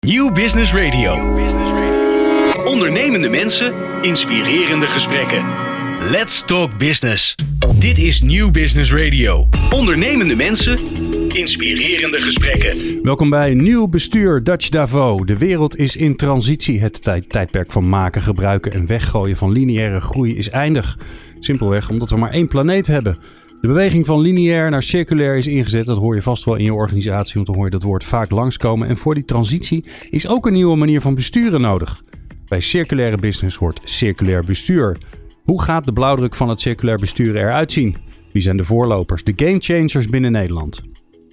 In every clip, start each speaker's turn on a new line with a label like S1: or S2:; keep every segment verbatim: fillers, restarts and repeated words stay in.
S1: Nieuw Business Radio. Ondernemende mensen, inspirerende gesprekken. Let's talk business. Dit is Nieuw Business Radio. Ondernemende mensen, inspirerende gesprekken.
S2: Welkom bij Nieuw Bestuur Dutch Davos. De wereld is in transitie. Het tijd- tijdperk van maken, gebruiken en weggooien van lineaire groei is eindig. Simpelweg omdat we maar één planeet hebben. De beweging van lineair naar circulair is ingezet. Dat hoor je vast wel in je organisatie, want dan hoor je dat woord vaak langskomen. En voor die transitie is ook een nieuwe manier van besturen nodig. Bij circulaire business hoort circulair bestuur. Hoe gaat de blauwdruk van het circulair besturen eruit zien? Wie zijn de voorlopers, de gamechangers binnen Nederland?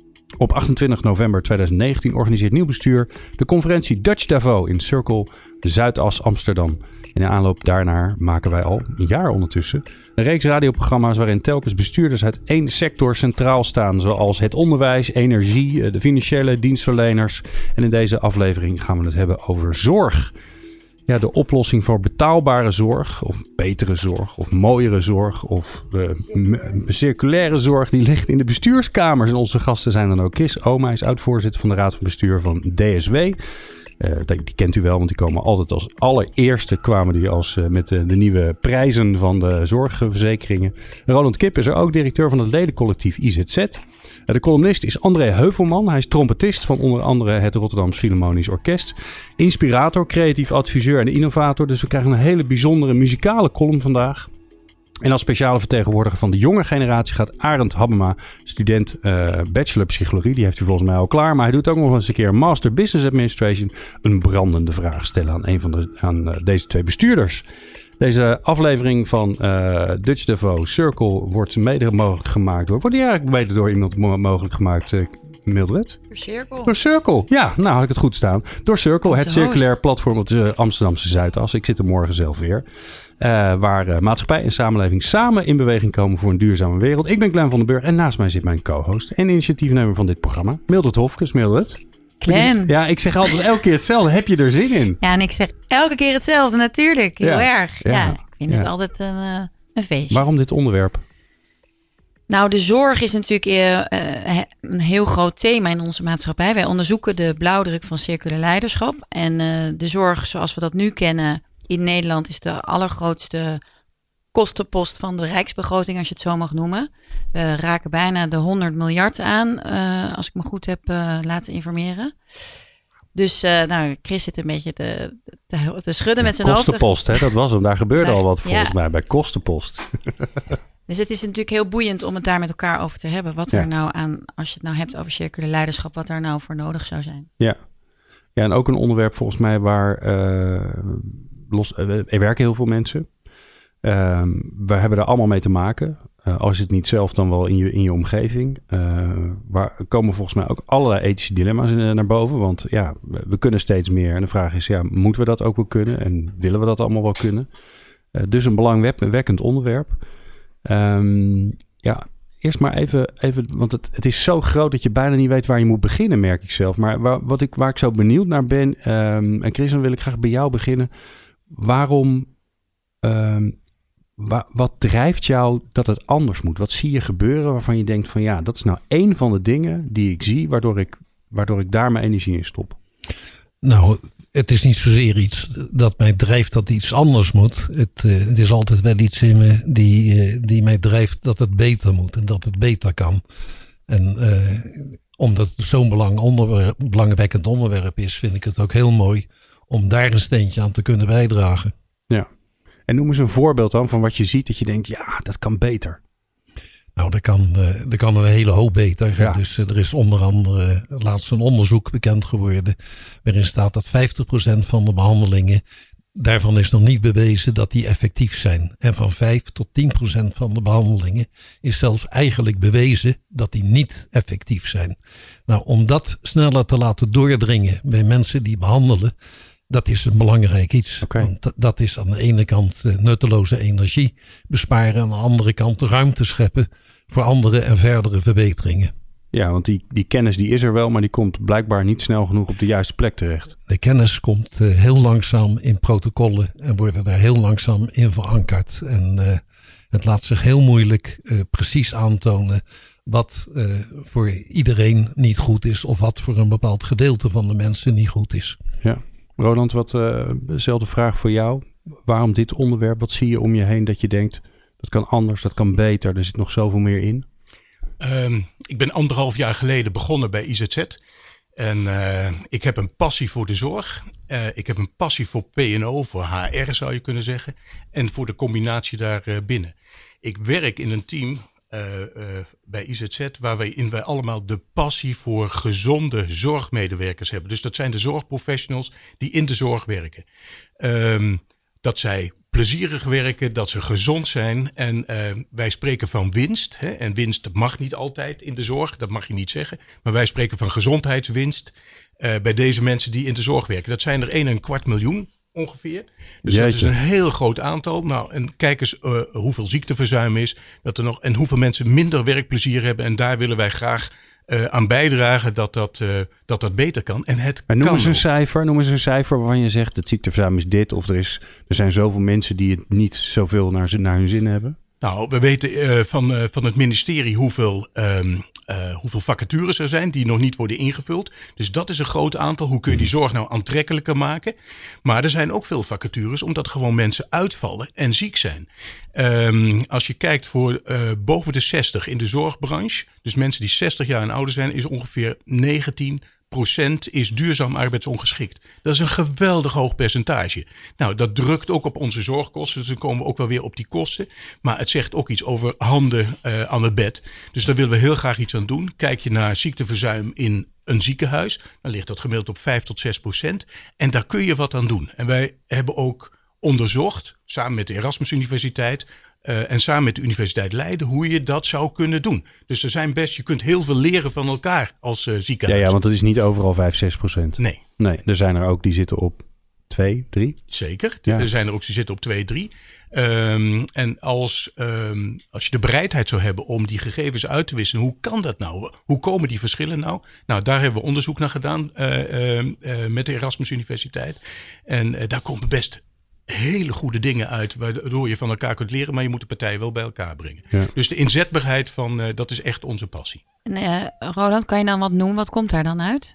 S2: Op achtentwintig november tweeduizend negentien organiseert Nieuw Bestuur de conferentie Dutch Davos in Circle Zuidas Amsterdam. In de aanloop daarnaar maken wij al een jaar ondertussen een reeks radioprogramma's waarin telkens bestuurders uit één sector centraal staan, zoals het onderwijs, energie, de financiële dienstverleners. En in deze aflevering gaan we het hebben over zorg. Ja, de oplossing voor betaalbare zorg, of betere zorg, of mooiere zorg, of uh, m- circulaire zorg, die ligt in de bestuurskamers. En onze gasten zijn dan ook Chris Oma, is oud-voorzitter van de Raad van Bestuur van D S W. Uh, die, die kent u wel, want die komen altijd als allereerste kwamen die als uh, met uh, de nieuwe prijzen van de zorgverzekeringen. Roland Kip is er ook, directeur van het ledencollectief I Z Z. Uh, de columnist is André Heuvelman. Hij is trompetist van onder andere het Rotterdams Philharmonisch Orkest. Inspirator, creatief adviseur en innovator. Dus we krijgen een hele bijzondere muzikale column vandaag. En als speciale vertegenwoordiger van de jonge generatie gaat Arend Habema, student uh, bachelor psychologie. Die heeft u volgens mij al klaar. Maar hij doet ook nog eens een keer Master Business Administration. Een brandende vraag stellen aan een van de, aan uh, deze twee bestuurders. Deze aflevering van uh, Dutch Davos Circle wordt mede mogelijk gemaakt door... Wordt die eigenlijk mede door iemand mo- mogelijk gemaakt, uh, Mildred?
S3: Door Circle.
S2: Door Circle. Ja, nou had ik het goed staan. Door Circle, het circulair platform op de Amsterdamse Zuidas. Ik zit er morgen zelf weer. Uh, waar uh, maatschappij en samenleving samen in beweging komen voor een duurzame wereld. Ik ben Glenn van den Burg en naast mij zit mijn co-host en initiatiefnemer van dit programma, Mildred Hofkes. Mildred.
S3: Glenn.
S2: Ja, ik zeg altijd elke keer hetzelfde. Heb je er zin in?
S3: Ja, en ik zeg elke keer hetzelfde, natuurlijk. Heel
S2: Ja,
S3: erg.
S2: ja,
S3: Ja, ik vind
S2: ja.
S3: het altijd een, uh, een feestje.
S2: Waarom dit onderwerp?
S3: Nou, de zorg is natuurlijk uh, uh, een heel groot thema in onze maatschappij. Wij onderzoeken de blauwdruk van circulair leiderschap. En uh, de zorg zoals we dat nu kennen in Nederland is de allergrootste kostenpost van de Rijksbegroting, als je het zo mag noemen. We raken bijna de honderd miljard aan, uh, als ik me goed heb uh, laten informeren. Dus uh, nou, Chris zit een beetje te, te, te schudden met zijn hoofd.
S2: Kostenpost, hè? Dat was hem. Daar gebeurde
S3: Daar,
S2: al wat volgens
S3: ja.
S2: mij bij kostenpost.
S3: Dus het is natuurlijk heel boeiend om het daar met elkaar over te hebben. Wat
S2: Ja.
S3: er nou aan, als je het nou hebt over circulair leiderschap, wat daar nou voor nodig zou zijn.
S2: Ja. Ja, en ook een onderwerp volgens mij waar uh, los, uh, er werken heel veel mensen. Uh, we hebben er allemaal mee te maken. Uh, als je het niet zelf, dan wel in je, in je omgeving. Uh, waar komen volgens mij ook allerlei ethische dilemma's in, naar boven. Want ja, we, we kunnen steeds meer. En de vraag is, ja, moeten we dat ook wel kunnen? En willen we dat allemaal wel kunnen? Uh, dus een belangwekkend onderwerp. Um, ja, eerst maar even, even want het, het is zo groot dat je bijna niet weet waar je moet beginnen, merk ik zelf. Maar waar, wat ik, waar ik zo benieuwd naar ben, um, en Chris, dan wil ik graag bij jou beginnen. Waarom, um, wa, wat drijft jou dat het anders moet? Wat zie je gebeuren waarvan je denkt van ja, dat is nou één van de dingen die ik zie, waardoor ik, waardoor ik daar mijn energie in stop?
S4: Nou, het is niet zozeer iets dat mij drijft dat iets anders moet. Het, uh, het is altijd wel iets in me die, uh, die mij drijft dat het beter moet en dat het beter kan. En uh, omdat het zo'n belang onderwerp, belangwekkend onderwerp is, vind ik het ook heel mooi om daar een steentje aan te kunnen bijdragen.
S2: Ja. En noem eens een voorbeeld dan van wat je ziet dat je denkt, ja, dat kan beter.
S4: Nou, dat kan, uh, dat kan een hele hoop beter.
S2: Ja.
S4: Dus uh, er is onder andere uh, laatst een onderzoek bekend geworden waarin staat dat vijftig procent van de behandelingen, daarvan is nog niet bewezen dat die effectief zijn. En van vijf tot tien procent van de behandelingen is zelfs eigenlijk bewezen dat die niet effectief zijn. Nou, om dat sneller te laten doordringen bij mensen die behandelen, dat is een belangrijk iets.
S2: Okay.
S4: Want d- dat is aan de ene kant uh, nutteloze energie besparen. Aan de andere kant ruimte scheppen voor andere en verdere verbeteringen.
S2: Ja, want die, die kennis die is er wel, maar die komt blijkbaar niet snel genoeg op de juiste plek terecht.
S4: De kennis komt uh, heel langzaam in protocollen en worden daar heel langzaam in verankerd. En uh, het laat zich heel moeilijk uh, precies aantonen wat uh, voor iedereen niet goed is of wat voor een bepaald gedeelte van de mensen niet goed is.
S2: Ja. Roland, wat uh, dezelfde vraag voor jou. Waarom dit onderwerp? Wat zie je om je heen dat je denkt, dat kan anders, dat kan beter, er zit nog zoveel meer in?
S5: Um, ik ben anderhalf jaar geleden begonnen bij I Z Z. En uh, ik heb een passie voor de zorg. Uh, ik heb een passie voor P en O, voor H R zou je kunnen zeggen. En voor de combinatie daar uh, binnen. Ik werk in een team uh, uh, bij I Z Z waarin wij allemaal de passie voor gezonde zorgmedewerkers hebben. Dus dat zijn de zorgprofessionals die in de zorg werken. Um, dat zij plezierig werken, dat ze gezond zijn. En uh, wij spreken van winst. Hè? En winst mag niet altijd in de zorg, dat mag je niet zeggen. Maar wij spreken van gezondheidswinst uh, bij deze mensen die in de zorg werken. Dat zijn er één en een kwart miljoen ongeveer. Dus Jeetje. Dat is een heel groot aantal. Nou, en kijk eens uh, hoeveel ziekteverzuim is. Dat er nog, en hoeveel mensen minder werkplezier hebben. En daar willen wij graag Uh, aan bijdragen dat dat, uh, dat dat beter kan. En het
S2: maar noem
S5: kan
S2: eens een cijfer, noem eens een cijfer waarvan je zegt het ziekteverzuim is dit of er, is, er zijn zoveel mensen die het niet zoveel naar, naar hun zin hebben.
S5: Nou, we weten uh, van, uh, van het ministerie hoeveel, um, uh, hoeveel vacatures er zijn die nog niet worden ingevuld. Dus dat is een groot aantal. Hoe kun je die zorg nou aantrekkelijker maken? Maar er zijn ook veel vacatures omdat gewoon mensen uitvallen en ziek zijn. Um, als je kijkt voor uh, boven de zestig in de zorgbranche, dus mensen die zestig jaar en ouder zijn, is ongeveer negentien procent is duurzaam arbeidsongeschikt. Dat is een geweldig hoog percentage. Nou, dat drukt ook op onze zorgkosten. Dus dan komen we ook wel weer op die kosten. Maar het zegt ook iets over handen uh, aan het bed. Dus daar willen we heel graag iets aan doen. Kijk je naar ziekteverzuim in een ziekenhuis, dan ligt dat gemiddeld op vijf tot zes procent. En daar kun je wat aan doen. En wij hebben ook onderzocht, samen met de Erasmus Universiteit Uh, en samen met de Universiteit Leiden, hoe je dat zou kunnen doen. Dus er zijn best, je kunt heel veel leren van elkaar als uh, ziekenhuis.
S2: Ja, ja, want het is niet overal vijf, zes procent.
S5: Nee.
S2: Nee, er zijn er ook die zitten op twee, drie.
S5: Zeker,
S2: ja.
S5: Er zijn er ook die zitten op twee, drie. Um, en als, um, als je de bereidheid zou hebben om die gegevens uit te wisselen, hoe kan dat nou? Hoe komen die verschillen nou? Nou, daar hebben we onderzoek naar gedaan uh, uh, uh, met de Erasmus Universiteit. En uh, daar komen best hele goede dingen uit waardoor je van elkaar kunt leren, maar je moet de partijen wel bij elkaar brengen. Ja. Dus de inzetbaarheid van, uh, dat is echt onze passie.
S3: En, uh, Roland, kan je dan wat noemen? Wat komt daar dan uit?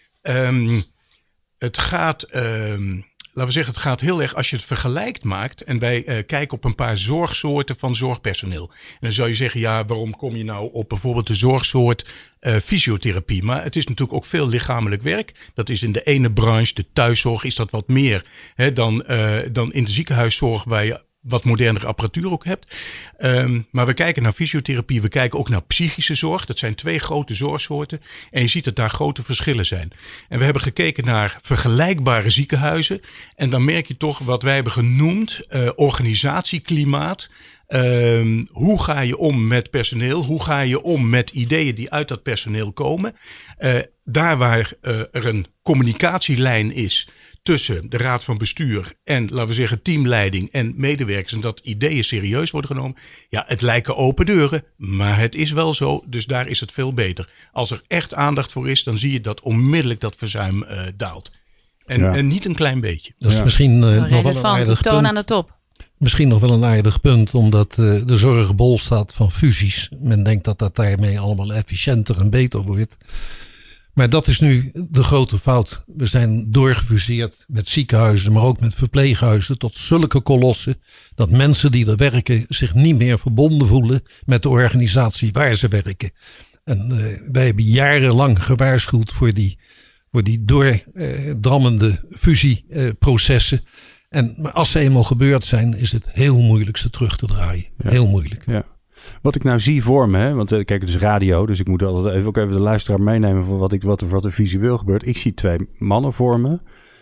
S5: Um, het gaat, um, laten we zeggen, het gaat heel erg als je het vergelijkt maakt. En wij uh, kijken op een paar zorgsoorten van zorgpersoneel. En dan zou je zeggen, ja, waarom kom je nou op bijvoorbeeld de zorgsoort uh, fysiotherapie? Maar het is natuurlijk ook veel lichamelijk werk. Dat is in de ene branche, de thuiszorg, is dat wat meer hè, dan, uh, dan in de ziekenhuiszorg waar je wat modernere apparatuur ook hebt. Um, maar we kijken naar fysiotherapie, we kijken ook naar psychische zorg. Dat zijn twee grote zorgsoorten. En je ziet dat daar grote verschillen zijn. En we hebben gekeken naar vergelijkbare ziekenhuizen. En dan merk je toch wat wij hebben genoemd uh, organisatieklimaat. Um, hoe ga je om met personeel? Hoe ga je om met ideeën die uit dat personeel komen? Uh, daar waar uh, er een communicatielijn is tussen de raad van bestuur en, laten we zeggen, teamleiding en medewerkers en dat ideeën serieus worden genomen. Ja, het lijken open deuren, maar het is wel zo, dus daar is het veel beter. Als er echt aandacht voor is, dan zie je dat onmiddellijk dat verzuim uh, daalt. En, ja. en niet een klein beetje.
S4: Dat is ja. misschien uh, nog wel een aardig
S3: toon
S4: punt.
S3: aan de top.
S4: Misschien nog wel een aardig punt, omdat uh, de zorg bol staat van fusies. Men denkt dat dat daarmee allemaal efficiënter en beter wordt. Maar dat is nu de grote fout. We zijn doorgefuseerd met ziekenhuizen, maar ook met verpleeghuizen tot zulke kolossen dat mensen die er werken zich niet meer verbonden voelen met de organisatie waar ze werken. En uh, wij hebben jarenlang gewaarschuwd voor die, voor die doordrammende uh, fusieprocessen. Uh, en als ze eenmaal gebeurd zijn, is het heel moeilijk ze terug te draaien. Ja. Heel moeilijk.
S2: Ja. Wat ik nou zie voor me, hè, want kijk, het is radio, dus ik moet altijd even, ook even de luisteraar meenemen van wat, ik, wat, er, wat er visueel gebeurt. Ik zie twee mannen voor me.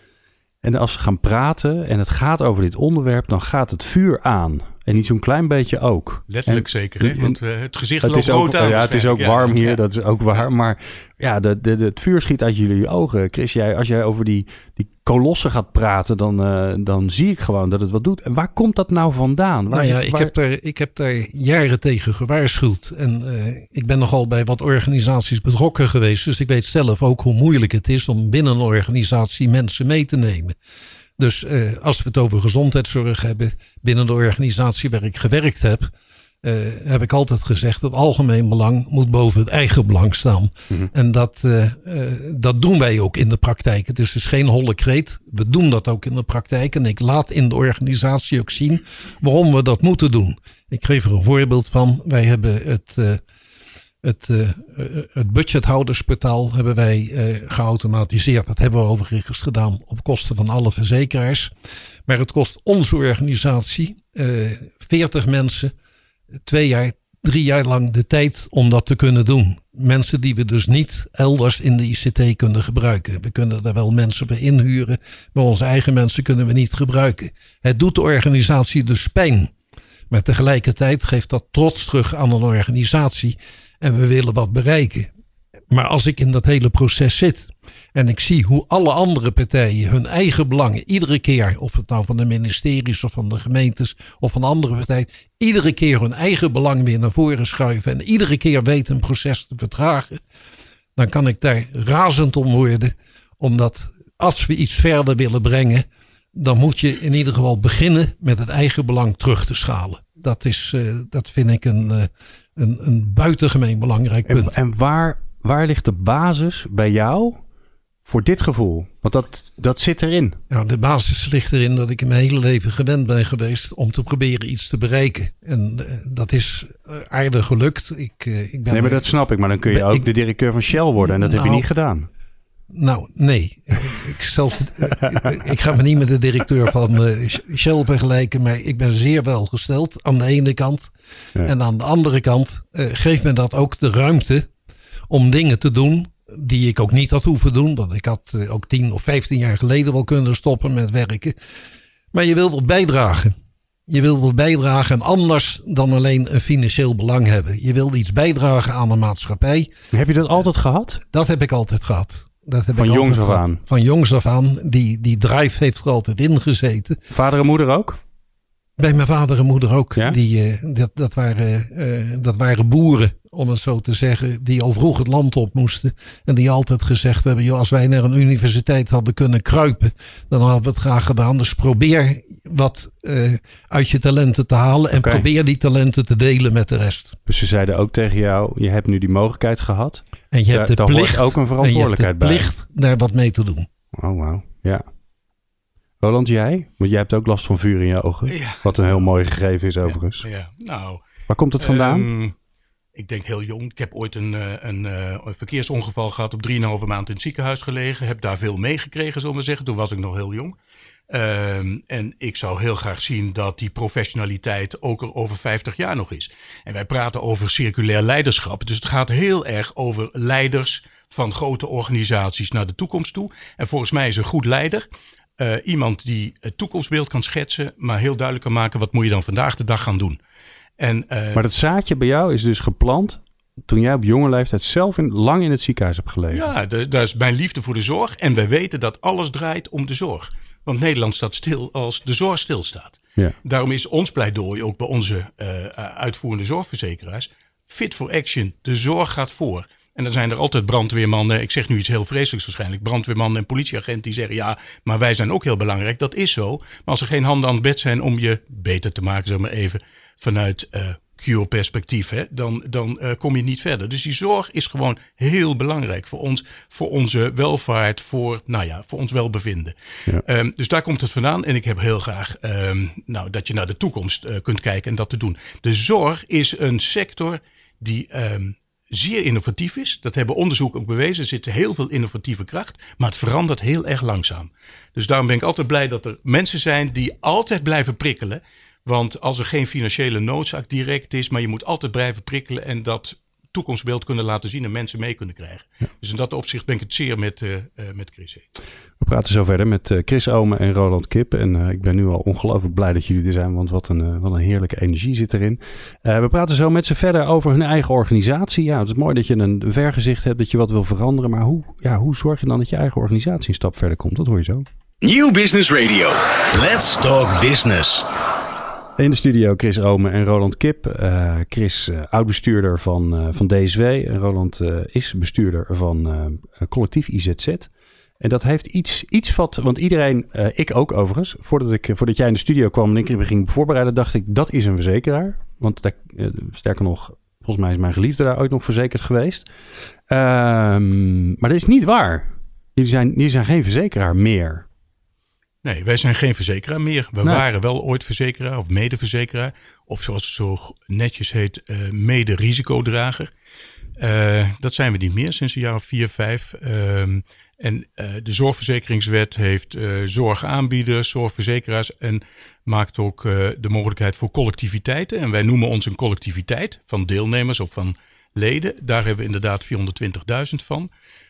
S2: En als ze gaan praten en het gaat over dit onderwerp, dan gaat het vuur aan. En niet zo'n klein beetje ook.
S5: Letterlijk
S2: en,
S5: zeker, hè? Want uh, het gezicht
S2: het
S5: loopt rood aan.
S2: Ja, het is ook
S5: ja,
S2: warm hier,
S5: ja.
S2: dat is ook waar. Maar ja, de, de, de, het vuur schiet uit jullie ogen. Chris, jij, als jij over die, die kolossen gaat praten, dan, uh, dan zie ik gewoon dat het wat doet. En waar komt dat nou vandaan? Waar,
S4: nou ja, ik,
S2: waar...
S4: heb daar, ik heb daar jaren tegen gewaarschuwd. En uh, ik ben nogal bij wat organisaties betrokken geweest. Dus ik weet zelf ook hoe moeilijk het is om binnen een organisatie mensen mee te nemen. Dus uh, als we het over gezondheidszorg hebben, binnen de organisatie waar ik gewerkt heb, Uh, heb ik altijd gezegd, het algemeen belang moet boven het eigen belang staan. Mm-hmm. En dat, uh, uh, dat doen wij ook in de praktijk. Het is dus geen holle kreet. We doen dat ook in de praktijk. En ik laat in de organisatie ook zien waarom we dat moeten doen. Ik geef er een voorbeeld van. Wij hebben het, uh, het, uh, het budgethoudersportaal hebben wij uh, geautomatiseerd. Dat hebben we overigens gedaan op kosten van alle verzekeraars. Maar het kost onze organisatie uh, veertig mensen... twee jaar, drie jaar lang de tijd om dat te kunnen doen. Mensen die we dus niet elders in de I C T kunnen gebruiken. We kunnen daar wel mensen voor inhuren, maar onze eigen mensen kunnen we niet gebruiken. Het doet de organisatie dus pijn. Maar tegelijkertijd geeft dat trots terug aan een organisatie. En we willen wat bereiken. Maar als ik in dat hele proces zit en ik zie hoe alle andere partijen hun eigen belangen iedere keer, of het nou van de ministeries of van de gemeentes of van andere partijen, iedere keer hun eigen belang weer naar voren schuiven en iedere keer weten een proces te vertragen, dan kan ik daar razend om worden. Omdat als we iets verder willen brengen, dan moet je in ieder geval beginnen met het eigen belang terug te schalen. Dat is, uh, dat vind ik een, uh, een, een buitengemeen belangrijk punt.
S2: En, en waar, waar ligt de basis bij jou voor dit gevoel? Want dat, dat zit erin.
S4: Nou, de basis ligt erin dat ik in mijn hele leven gewend ben geweest om te proberen iets te bereiken. En uh, dat is uh, aardig gelukt. Ik, uh, ik ben
S2: nee, maar dat snap ik. Maar dan kun je ben, ook ik, de directeur van Shell worden. En dat nou, heb je niet gedaan.
S4: Nou, nee. ik, zelfs, ik ga me niet met de directeur van uh, Shell vergelijken. Maar ik ben zeer welgesteld aan de ene kant. Ja. En aan de andere kant uh, geeft me dat ook de ruimte om dingen te doen die ik ook niet had hoeven doen. Want ik had uh, ook tien of vijftien jaar geleden wel kunnen stoppen met werken. Maar je wil wat bijdragen. Je wil wat bijdragen en anders dan alleen een financieel belang hebben. Je wil iets bijdragen aan de maatschappij.
S2: Heb je dat altijd uh, gehad?
S4: Dat heb ik altijd gehad. Dat heb
S2: van
S4: ik
S2: jongs af
S4: gehad.
S2: aan?
S4: Van jongs af aan. Die, die drive heeft er altijd in gezeten.
S2: Vader en moeder ook?
S4: Bij mijn vader en moeder ook.
S2: Ja?
S4: Die, uh, dat, dat, waren, uh, dat waren boeren, om het zo te zeggen, die al vroeg het land op moesten. En die altijd gezegd hebben, joh, als wij naar een universiteit hadden kunnen kruipen, dan hadden we het graag gedaan. Dus probeer wat uh, uit je talenten te halen en okay. probeer die talenten te delen met de rest.
S2: Dus ze zeiden ook tegen jou, je hebt nu die mogelijkheid gehad.
S4: En je hebt de
S2: daar
S4: plicht,
S2: hoort ook een verantwoordelijkheid bij.
S4: Je hebt de plicht daar wat mee te doen.
S2: Oh, wauw. Ja. Roland, jij? Want jij hebt ook last van vuur in je ogen. Ja. Wat een heel mooi gegeven is overigens.
S5: Ja, ja. Nou,
S2: waar komt het vandaan?
S5: Um, ik denk heel jong. Ik heb ooit een, een, een verkeersongeval gehad. Op drieënhalve maand in het ziekenhuis gelegen. Heb daar veel meegekregen, zullen we zeggen. Toen was ik nog heel jong. Um, en ik zou heel graag zien dat die professionaliteit ook er over vijftig jaar nog is. En wij praten over circulair leiderschap. Dus het gaat heel erg over leiders van grote organisaties naar de toekomst toe. En volgens mij is een goed leider Uh, iemand die het toekomstbeeld kan schetsen, maar heel duidelijk kan maken wat moet je dan vandaag de dag gaan doen. En, uh,
S2: maar dat zaadje bij jou is dus geplant toen jij op jonge leeftijd zelf in, lang in het ziekenhuis hebt gelegen.
S5: Ja, dat is mijn liefde voor de zorg. En wij weten dat alles draait om de zorg. Want Nederland staat stil als de zorg stilstaat. Ja. Daarom is ons pleidooi ook bij onze uh, uitvoerende zorgverzekeraars fit for action. De zorg gaat voor. En dan zijn er altijd brandweermannen, ik zeg nu iets heel vreselijks waarschijnlijk, brandweermannen en politieagenten die zeggen ja, maar wij zijn ook heel belangrijk. Dat is zo. Maar als er geen handen aan het bed zijn om je beter te maken, zeg maar even, vanuit uh, cure-perspectief, hè, dan, dan uh, kom je niet verder. Dus die zorg is gewoon heel belangrijk voor ons, voor onze welvaart, voor, nou ja, voor ons welbevinden. Ja. Um, dus daar komt het vandaan. En ik heb heel graag um, nou, dat je naar de toekomst uh, kunt kijken en dat te doen. De zorg is een sector die Um, zeer innovatief is. Dat hebben onderzoeken ook bewezen. Er zit heel veel innovatieve kracht, maar het verandert heel erg langzaam. Dus daarom ben ik altijd blij dat er mensen zijn die altijd blijven prikkelen. Want als er geen financiële noodzaak direct is, maar je moet altijd blijven prikkelen en dat toekomstbeeld kunnen laten zien en mensen mee kunnen krijgen. Ja. Dus in dat opzicht ben ik het zeer met, uh, uh, met Chris eens.
S2: We praten zo verder met uh, Chris Omen en Roland Kip. En uh, ik ben nu al ongelooflijk blij dat jullie er zijn, want wat een, uh, wat een heerlijke energie zit erin. Uh, we praten zo met ze verder over hun eigen organisatie. Ja, het is mooi dat je een vergezicht hebt, dat je wat wil veranderen. Maar hoe, ja, hoe zorg je dan dat je eigen organisatie een stap verder komt? Dat hoor je zo.
S1: Nieuw Business Radio. Let's talk business.
S2: In de studio Chris Omen en Roland Kip. Uh, Chris, uh, oud-bestuurder van, uh, van D S W. En Roland uh, is bestuurder van uh, collectief I Z Z. En dat heeft iets, iets wat... Want iedereen, uh, ik ook overigens, voordat, ik, voordat jij in de studio kwam en ik me ging voorbereiden, dacht ik, dat is een verzekeraar. Want daar, uh, sterker nog, volgens mij is mijn geliefde daar ooit nog verzekerd geweest. Um, maar dat is niet waar. Jullie zijn, jullie zijn geen verzekeraar meer.
S5: Nee, wij zijn geen verzekeraar meer. We
S2: Nee.
S5: waren wel ooit verzekeraar of medeverzekeraar. Of zoals het zo netjes heet, uh, mede-risicodrager. Uh, dat zijn we niet meer sinds een jaar of vier, vijf. Um, en uh, de zorgverzekeringswet heeft uh, zorgaanbieders, zorgverzekeraars en maakt ook uh, de mogelijkheid voor collectiviteiten. En wij noemen ons een collectiviteit van deelnemers of van leden. Daar hebben we inderdaad vierhonderdtwintigduizend van.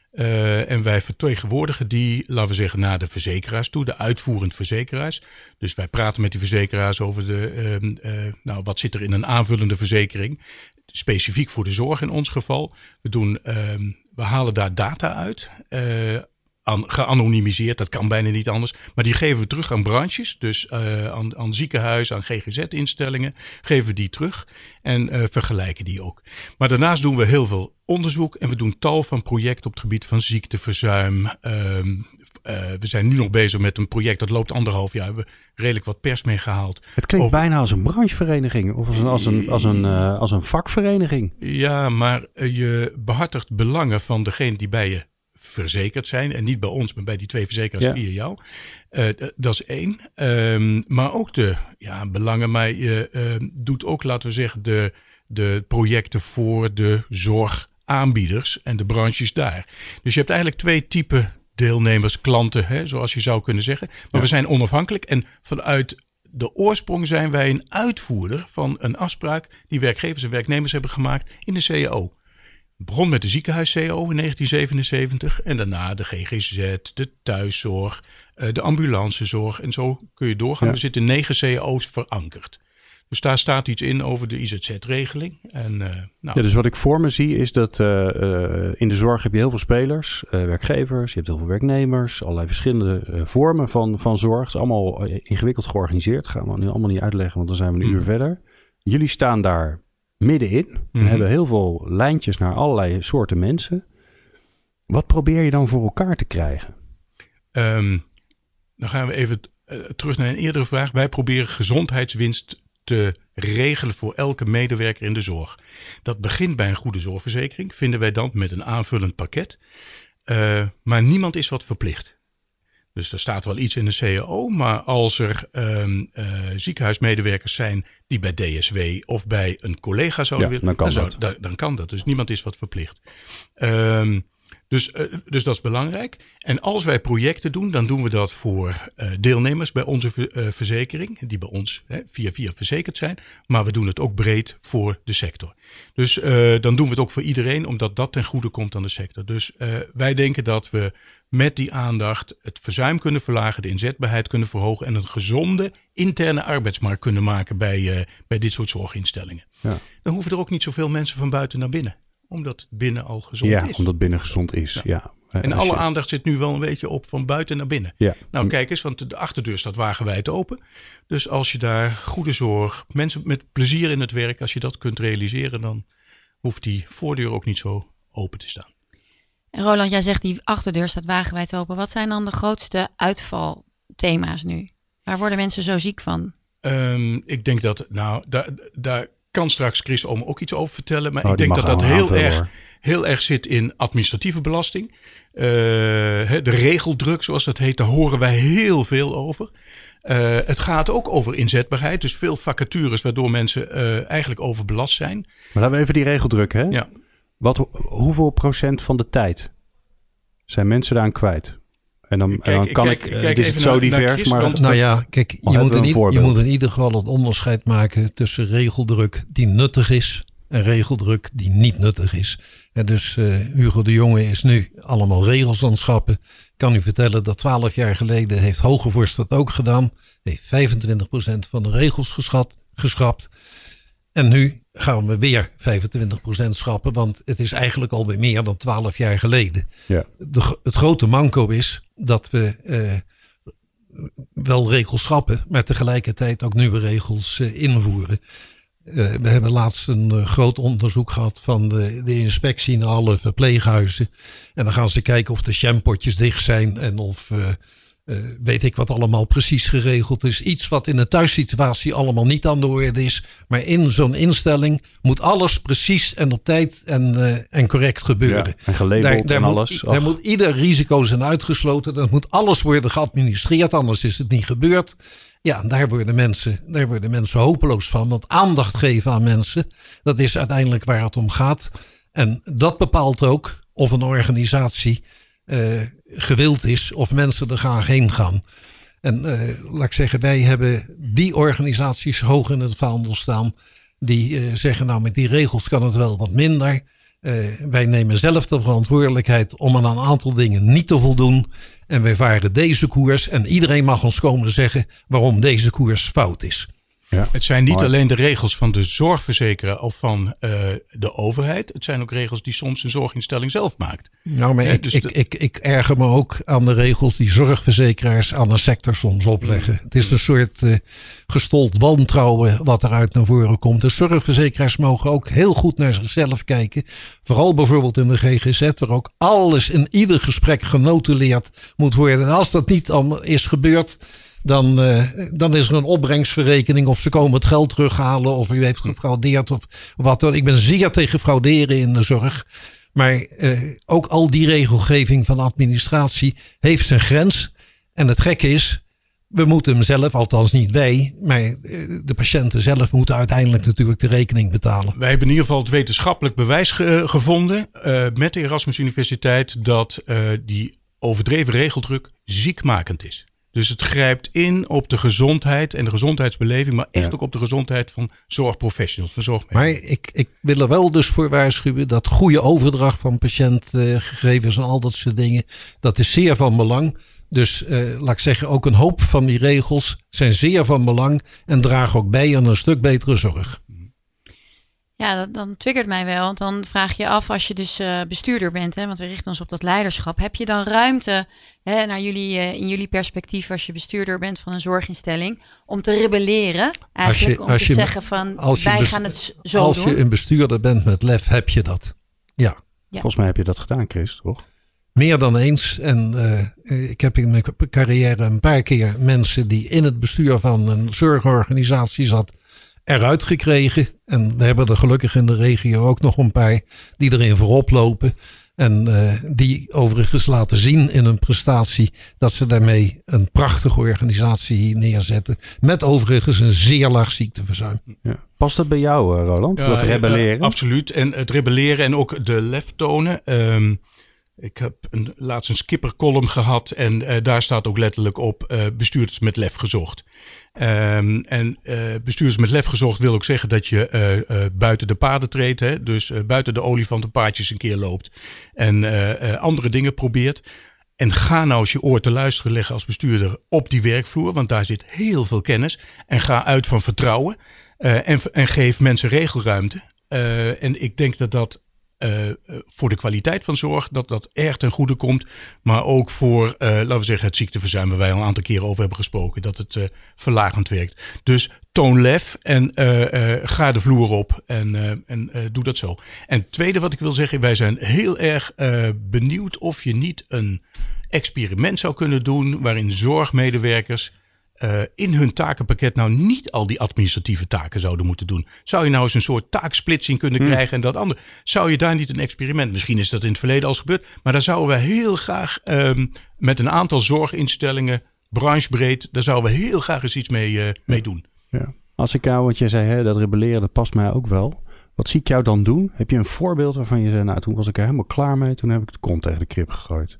S5: Uh, en wij vertegenwoordigen die, laten we zeggen, naar de verzekeraars toe, de uitvoerend verzekeraars. Dus wij praten met die verzekeraars over de, uh, uh, nou, wat zit er in een aanvullende verzekering. Specifiek voor de zorg in ons geval. We, doen, uh, we halen daar data uit, uh, aan, geanonimiseerd, dat kan bijna niet anders. Maar die geven we terug aan branches, dus uh, aan, aan ziekenhuizen, aan G G Z-instellingen. Geven we die terug en uh, vergelijken die ook. Maar daarnaast doen we heel veel onderzoek en we doen tal van projecten op het gebied van ziekteverzuim. Uh, uh, we zijn nu nog bezig met een project, dat loopt anderhalf jaar. We hebben redelijk wat pers mee gehaald.
S2: Het klinkt
S5: over...
S2: bijna als een branchevereniging of als een, als een, als een, uh, als een vakvereniging.
S5: Ja, maar uh, je behartigt belangen van degene die bij je verzekerd zijn. En niet bij ons, maar bij die twee verzekeraars ja. via jou. Uh, d- dat is één. Um, maar ook de ja, belangen. Maar je uh, doet ook, laten we zeggen, de, de projecten voor de zorgaanbieders en de branches daar. Dus je hebt eigenlijk twee typen deelnemers, klanten, hè, zoals je zou kunnen zeggen. Maar ja. we zijn onafhankelijk en vanuit de oorsprong zijn wij een uitvoerder van een afspraak die werkgevers en werknemers hebben gemaakt in de C A O. Het begon met de ziekenhuis-C A O in negentien zevenenzeventig en daarna de G G Z, de thuiszorg, de ambulancezorg en zo kun je doorgaan. Ja. Er zitten negen C A O's verankerd. Dus daar staat iets in over de I Z Z-regeling. En, uh, nou.
S2: ja, dus wat ik voor me zie is dat uh, uh, in de zorg heb je heel veel spelers, uh, werkgevers, je hebt heel veel werknemers, allerlei verschillende uh, vormen van, van zorg. Het is allemaal uh, ingewikkeld georganiseerd. Dat gaan we nu allemaal niet uitleggen, want dan zijn we een mm. uur verder. Jullie staan daar middenin en mm-hmm. hebben heel veel lijntjes naar allerlei soorten mensen. Wat probeer je dan voor elkaar te krijgen?
S5: Um, dan gaan we even uh, terug naar een eerdere vraag. Wij proberen gezondheidswinst te regelen voor elke medewerker in de zorg. Dat begint bij een goede zorgverzekering, vinden wij dan met een aanvullend pakket. Uh, maar niemand is wat verplicht. Dus er staat wel iets in de C A O, maar als er um, uh, ziekenhuismedewerkers zijn die bij D S W of bij een collega zouden
S2: ja,
S5: willen,
S2: dan kan,
S5: dan,
S2: dat.
S5: Zou, dan, dan kan dat. Dus niemand is wat verplicht. Um, Dus, uh, dus dat is belangrijk. En als wij projecten doen, dan doen we dat voor uh, deelnemers bij onze ver, uh, verzekering. Die bij ons hè, via via verzekerd zijn. Maar we doen het ook breed voor de sector. Dus uh, dan doen we het ook voor iedereen, omdat dat ten goede komt aan de sector. Dus uh, wij denken dat we met die aandacht het verzuim kunnen verlagen, de inzetbaarheid kunnen verhogen en een gezonde interne arbeidsmarkt kunnen maken bij, uh, bij dit soort zorginstellingen. Ja. Dan hoeven er ook niet zoveel mensen van buiten naar binnen. Omdat het binnen al gezond
S2: ja,
S5: is.
S2: Ja, omdat binnen gezond is. Ja. Ja.
S5: En alle je... aandacht zit nu wel een beetje op van buiten naar binnen. Ja. Nou kijk eens, want de achterdeur staat wagenwijd open. Dus als je daar goede zorg, mensen met plezier in het werk, als je dat kunt realiseren, dan hoeft die voordeur ook niet zo open te staan.
S3: En Roland, jij zegt die achterdeur staat wagenwijd open. Wat zijn dan de grootste uitvalthema's nu? Waar worden mensen zo ziek van?
S5: Um, ik denk dat, nou, daar... daar kan straks Chris Oom ook iets over vertellen. Maar
S2: oh,
S5: ik denk dat dat heel
S2: aanvullen,
S5: erg, heel erg zit in administratieve belasting. Uh, de regeldruk, zoals dat heet, daar horen wij heel veel over. Uh, het gaat ook over inzetbaarheid. Dus veel vacatures waardoor mensen uh, eigenlijk overbelast zijn.
S2: Maar laten we even die regeldruk, hè?
S5: Ja.
S2: Wat, hoeveel procent van de tijd zijn mensen daaraan kwijt? En dan, kijk, en dan kan kijk, ik, kijk, is het zo naar, divers.
S5: Naar Chris,
S2: maar
S5: want,
S4: nou ja, kijk, je moet, in, je moet in ieder geval het onderscheid maken tussen regeldruk die nuttig is en regeldruk die niet nuttig is. En dus uh, Hugo de Jonge is nu allemaal regels aan het schrappen. Ik kan u vertellen dat twaalf jaar geleden heeft Hogevorst dat ook gedaan. Heeft vijfentwintig procent van de regels geschat, geschrapt. En nu gaan we weer vijfentwintig procent schrappen, want het is eigenlijk alweer meer dan twaalf jaar geleden. Ja. De, het grote manco is dat we uh, wel regels schrappen, maar tegelijkertijd ook nieuwe regels uh, invoeren. Uh, we hebben laatst een uh, groot onderzoek gehad van de, de inspectie naar alle verpleeghuizen. En dan gaan ze kijken of de shampootjes dicht zijn en of uh, Uh, weet ik wat allemaal precies geregeld is. Iets wat in een thuissituatie allemaal niet aan de orde is. Maar in zo'n instelling moet alles precies en op tijd en, uh, en correct gebeuren.
S2: Ja, en gelabeld
S4: daar, daar
S2: en
S4: moet,
S2: alles.
S4: Daar moet ieder risico zijn uitgesloten. Er moet alles worden geadministreerd, anders is het niet gebeurd. Ja, daar worden mensen, daar worden mensen hopeloos van. Want aandacht geven aan mensen, dat is uiteindelijk waar het om gaat. En dat bepaalt ook of een organisatie uh, gewild is of mensen er graag heen gaan. En uh, laat ik zeggen, wij hebben die organisaties hoog in het vaandel staan. Die uh, zeggen, nou met die regels kan het wel wat minder. Uh, wij nemen zelf de verantwoordelijkheid om aan een aantal dingen niet te voldoen. En wij varen deze koers. En iedereen mag ons komen zeggen waarom deze koers fout is.
S5: Ja. Het zijn niet alleen de regels van de zorgverzekeraar of van uh, de overheid. Het zijn ook regels die soms een zorginstelling zelf maakt.
S4: Nou, maar
S5: ja,
S4: ik,
S5: dus
S4: ik,
S5: de...
S4: ik, ik erger me ook aan de regels die zorgverzekeraars aan de sector soms opleggen. Het is een soort uh, gestold wantrouwen wat eruit naar voren komt. De zorgverzekeraars mogen ook heel goed naar zichzelf kijken. Vooral bijvoorbeeld in de G G Z, waar ook alles in ieder gesprek genotuleerd moet worden. En als dat niet al is gebeurd, Dan, uh, dan is er een opbrengstverrekening of ze komen het geld terughalen of u heeft gefraudeerd of wat dan. Ik ben zeer tegen frauderen in de zorg. Maar uh, ook al die regelgeving van administratie heeft zijn grens. En het gekke is, we moeten hem zelf, althans niet wij, maar uh, de patiënten zelf moeten uiteindelijk natuurlijk de rekening betalen.
S5: Wij hebben in ieder geval het wetenschappelijk bewijs ge- gevonden uh, met de Erasmus Universiteit dat uh, die overdreven regeldruk ziekmakend is. Dus het grijpt in op de gezondheid en de gezondheidsbeleving, maar echt ja. ook op de gezondheid van zorgprofessionals, van zorgmedewerkers.
S4: Maar ik, ik wil er wel dus voor waarschuwen dat goede overdracht van patiëntgegevens en al dat soort dingen, dat is zeer van belang. Dus uh, laat ik zeggen, ook een hoop van die regels zijn zeer van belang en dragen ook bij aan een stuk betere zorg.
S3: Ja, dat, dan triggert mij wel. Want dan vraag je af, als je dus uh, bestuurder bent, hè, want we richten ons op dat leiderschap. Heb je dan ruimte, hè, naar jullie, uh, in jullie perspectief, als je bestuurder bent van een zorginstelling, om te rebelleren? Eigenlijk
S4: je,
S3: om te
S4: je,
S3: zeggen van, wij best, gaan het zo
S4: als
S3: doen.
S4: Als je een bestuurder bent met lef, heb je dat. Ja.
S2: ja. Volgens mij heb je dat gedaan, Chris, toch?
S4: Meer dan eens. En uh, ik heb in mijn carrière een paar keer mensen die in het bestuur van een zorgorganisatie zat, eruit gekregen. En we hebben er gelukkig in de regio ook nog een paar die erin voorop lopen. En uh, die overigens laten zien in hun prestatie dat ze daarmee een prachtige organisatie hier neerzetten. Met overigens een zeer laag ziekteverzuim.
S2: Ja. Past dat bij jou, Roland?
S5: Ja,
S2: dat rebelleren?
S5: Uh, absoluut. En het rebelleren en ook de lef tonen. Um, ik heb een, laatst een skippercolumn gehad en uh, daar staat ook letterlijk op uh, bestuurders met lef gezocht. Um, en uh, bestuurders met lef gezocht wil ook zeggen dat je uh, uh, buiten de paden treedt. Hè? Dus uh, buiten de olifantenpaadjes een keer loopt. En uh, uh, andere dingen probeert. En ga nou eens je oor te luisteren leggen als bestuurder op die werkvloer. Want daar zit heel veel kennis. En ga uit van vertrouwen. Uh, en, en geef mensen regelruimte. Uh, en ik denk dat dat Uh, voor de kwaliteit van zorg, dat dat erg ten goede komt. Maar ook voor, uh, laten we zeggen, het ziekteverzuim waar wij al een aantal keren over hebben gesproken. Dat het uh, verlagend werkt. Dus toon lef en uh, uh, ga de vloer op en, uh, en uh, doe dat zo. En het tweede wat ik wil zeggen, wij zijn heel erg uh, benieuwd of je niet een experiment zou kunnen doen waarin zorgmedewerkers Uh, in hun takenpakket nou niet al die administratieve taken zouden moeten doen. Zou je nou eens een soort taaksplitsing kunnen hmm. krijgen en dat andere? Zou je daar niet een experiment? Misschien is dat in het verleden al eens gebeurd. Maar daar zouden we heel graag um, met een aantal zorginstellingen, branchebreed, daar zouden we heel graag eens iets mee, uh, mee doen.
S2: Ja. Als ik jou, want jij zei hè, dat rebelleren, dat past mij ook wel. Wat zie ik jou dan doen? Heb je een voorbeeld waarvan je zei, nou toen was ik er helemaal klaar mee. Toen heb ik de kont tegen de krib gegooid.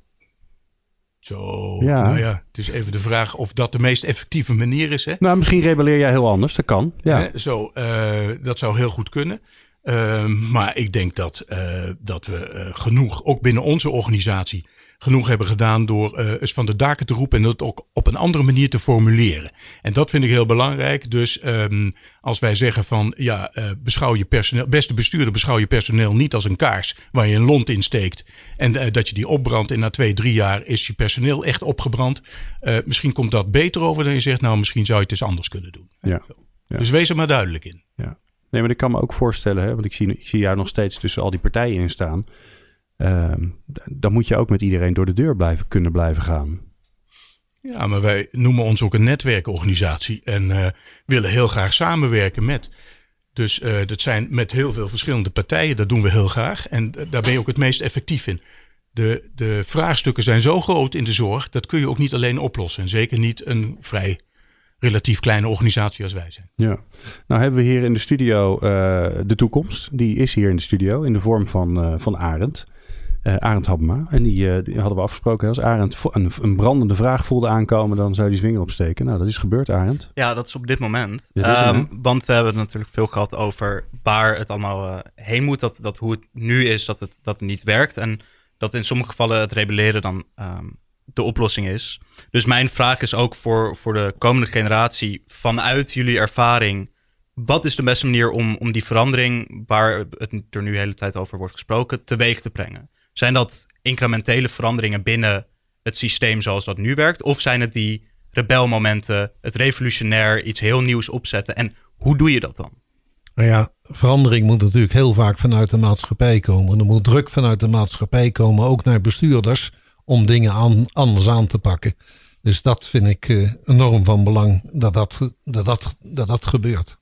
S5: Zo,
S2: ja.
S5: nou ja, het is even de vraag of dat de meest effectieve manier is. Hè?
S2: Nou, misschien rebelleer jij heel anders, dat kan. Ja.
S5: Hè, zo, uh, dat zou heel goed kunnen. Uh, maar ik denk dat, uh, dat we uh, genoeg, ook binnen onze organisatie, genoeg hebben gedaan door uh, eens van de daken te roepen en dat ook op een andere manier te formuleren. En dat vind ik heel belangrijk. Dus um, als wij zeggen van ja, uh, beschouw je personeel, beste bestuurder, beschouw je personeel niet als een kaars waar je een lont in steekt en uh, dat je die opbrandt en na twee, drie jaar is je personeel echt opgebrand. Uh, misschien komt dat beter over dan je zegt, nou misschien zou je het eens anders kunnen doen.
S2: Ja. Ja.
S5: Dus wees er maar duidelijk in.
S2: Ja. Nee, maar ik kan me ook voorstellen, hè, want ik zie, ik zie jou nog steeds tussen al die partijen in staan. Uh, dan moet je ook met iedereen door de deur blijven kunnen blijven gaan.
S5: Ja, maar wij noemen ons ook een netwerkorganisatie en uh, willen heel graag samenwerken met. Dus uh, dat zijn met heel veel verschillende partijen, dat doen we heel graag. En uh, daar ben je ook het meest effectief in. De, de vraagstukken zijn zo groot in de zorg, dat kun je ook niet alleen oplossen. En zeker niet een vrij relatief kleine organisatie als wij zijn. Ja,
S2: nou hebben we hier in de studio uh, de toekomst. Die is hier in de studio in de vorm van, uh, van Arend. Uh, Arend Habema. En die, uh, die hadden we afgesproken. Als Arend een, een brandende vraag voelde aankomen, dan zou hij zijn vinger opsteken. Nou, dat is gebeurd, Arend.
S6: Ja, dat is op dit moment.
S2: Ja,
S6: um, want we hebben het natuurlijk veel gehad over waar het allemaal uh, heen moet. Dat, dat hoe het nu is, dat het, dat het niet werkt. En dat in sommige gevallen het rebelleren dan um, de oplossing is. Dus mijn vraag is ook voor, voor de komende generatie, vanuit jullie ervaring, wat is de beste manier om, om die verandering, waar het er nu de hele tijd over wordt gesproken, teweeg te brengen? Zijn dat incrementele veranderingen binnen het systeem zoals dat nu werkt? Of zijn het die rebelmomenten, het revolutionair, iets heel nieuws opzetten? En hoe doe je dat dan?
S4: Nou ja, verandering moet natuurlijk heel vaak vanuit de maatschappij komen. Er moet druk vanuit de maatschappij komen, ook naar bestuurders, om dingen aan, anders aan te pakken. Dus dat vind ik uh, enorm van belang, dat dat, dat, dat, dat dat gebeurt.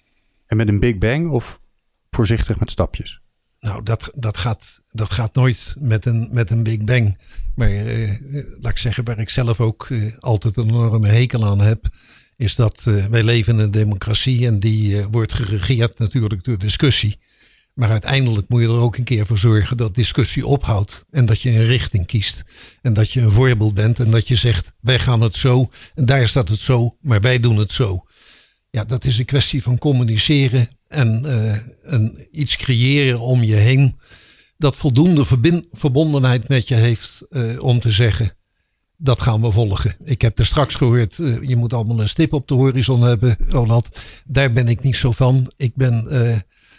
S2: En met een big bang of voorzichtig met stapjes?
S4: Nou, dat, dat, gaat, dat gaat nooit met een, met een big bang. Maar uh, laat ik zeggen, waar ik zelf ook uh, altijd een enorme hekel aan heb, is dat uh, wij leven in een democratie en die uh, wordt geregeerd natuurlijk door discussie. Maar uiteindelijk moet je er ook een keer voor zorgen dat discussie ophoudt. En dat je een richting kiest. En dat je een voorbeeld bent en dat je zegt, wij gaan het zo. En daar staat het zo, maar wij doen het zo. Ja, dat is een kwestie van communiceren en uh, een, iets creëren om je heen. Dat voldoende verbind, verbondenheid met je heeft uh, om te zeggen, dat gaan we volgen. Ik heb er straks gehoord, uh, je moet allemaal een stip op de horizon hebben, Ronald. Daar ben ik niet zo van. Ik ben uh,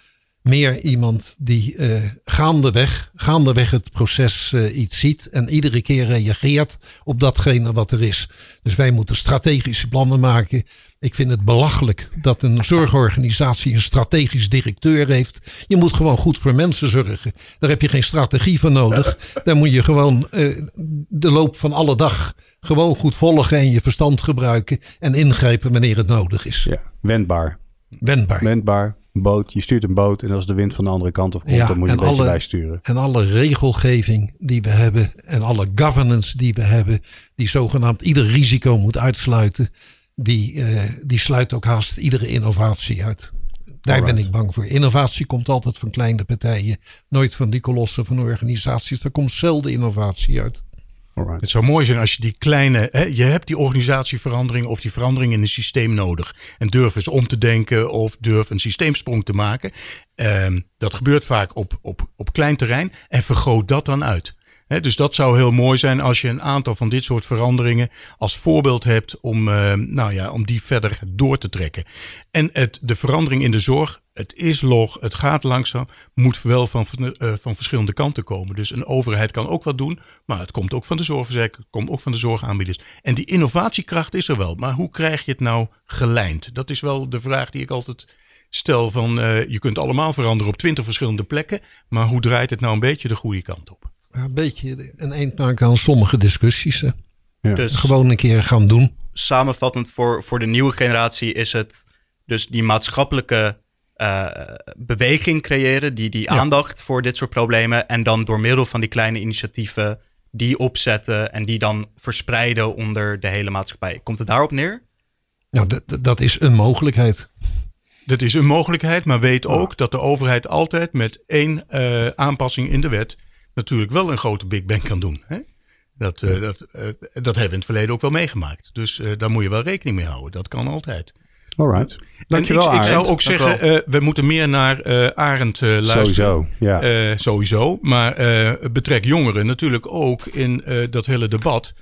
S4: meer iemand die uh, gaandeweg, gaandeweg het proces uh, iets ziet en iedere keer reageert op datgene wat er is. Dus wij moeten strategische plannen maken. Ik vind het belachelijk dat een zorgorganisatie een strategisch directeur heeft. Je moet gewoon goed voor mensen zorgen. Daar heb je geen strategie voor nodig. Daar moet je gewoon uh, de loop van alle dag gewoon goed volgen en je verstand gebruiken en ingrijpen wanneer het nodig is.
S2: Ja, wendbaar.
S4: Wendbaar.
S2: Wendbaar. Boot. Je stuurt een boot en als de wind van de andere kant op komt, ja, dan moet je een beetje alle, bijsturen.
S4: En alle regelgeving die we hebben en alle governance die we hebben, die zogenaamd ieder risico moet uitsluiten, die, uh, die sluit ook haast iedere innovatie uit. Daar Alright. ben ik bang voor. Innovatie komt altijd van kleine partijen, nooit van die kolossen van organisaties. Er komt zelden innovatie uit.
S5: Alright. Het zou mooi zijn als je die kleine, hè, je hebt die organisatieverandering of die verandering in een systeem nodig. En durf eens om te denken of durf een systeemsprong te maken. Um, dat gebeurt vaak op, op, op klein terrein en vergroot dat dan uit. He, dus dat zou heel mooi zijn als je een aantal van dit soort veranderingen als voorbeeld hebt om, uh, nou ja, om die verder door te trekken. En het, de verandering in de zorg, het is log, het gaat langzaam, moet wel van, uh, van verschillende kanten komen. Dus een overheid kan ook wat doen, maar het komt ook van de zorgverzekeraar, het komt ook van de zorgaanbieders. En die innovatiekracht is er wel, maar hoe krijg je het nou gelijnd? Dat is wel de vraag die ik altijd stel van, uh, je kunt allemaal veranderen op twintig verschillende plekken, maar hoe draait het nou een beetje de goede kant op?
S4: Een beetje een eind maken aan sommige discussies. Hè.
S6: Ja. Dus
S4: gewoon een keer gaan doen.
S6: Samenvattend voor, voor de nieuwe generatie is het dus die maatschappelijke uh, beweging creëren. Die, die ja. aandacht voor dit soort problemen. En dan door middel van die kleine initiatieven die opzetten. En die dan verspreiden onder de hele maatschappij. Komt het daarop neer?
S4: Nou, dat, dat is een mogelijkheid.
S5: Dat is een mogelijkheid. Maar weet ook ja. dat de overheid altijd met één uh, aanpassing in de wet natuurlijk wel een grote big bang kan doen. Hè? Dat, uh, dat, uh, dat hebben we in het verleden ook wel meegemaakt. Dus uh, daar moet je wel rekening mee houden. Dat kan altijd.
S2: Alright.
S5: Dankjewel, ik, ik zou ook zeggen, uh, we moeten meer naar uh, Arend uh, luisteren.
S2: Sowieso, ja.
S5: Uh, sowieso. Maar uh, betrek jongeren natuurlijk ook in uh, dat hele debat.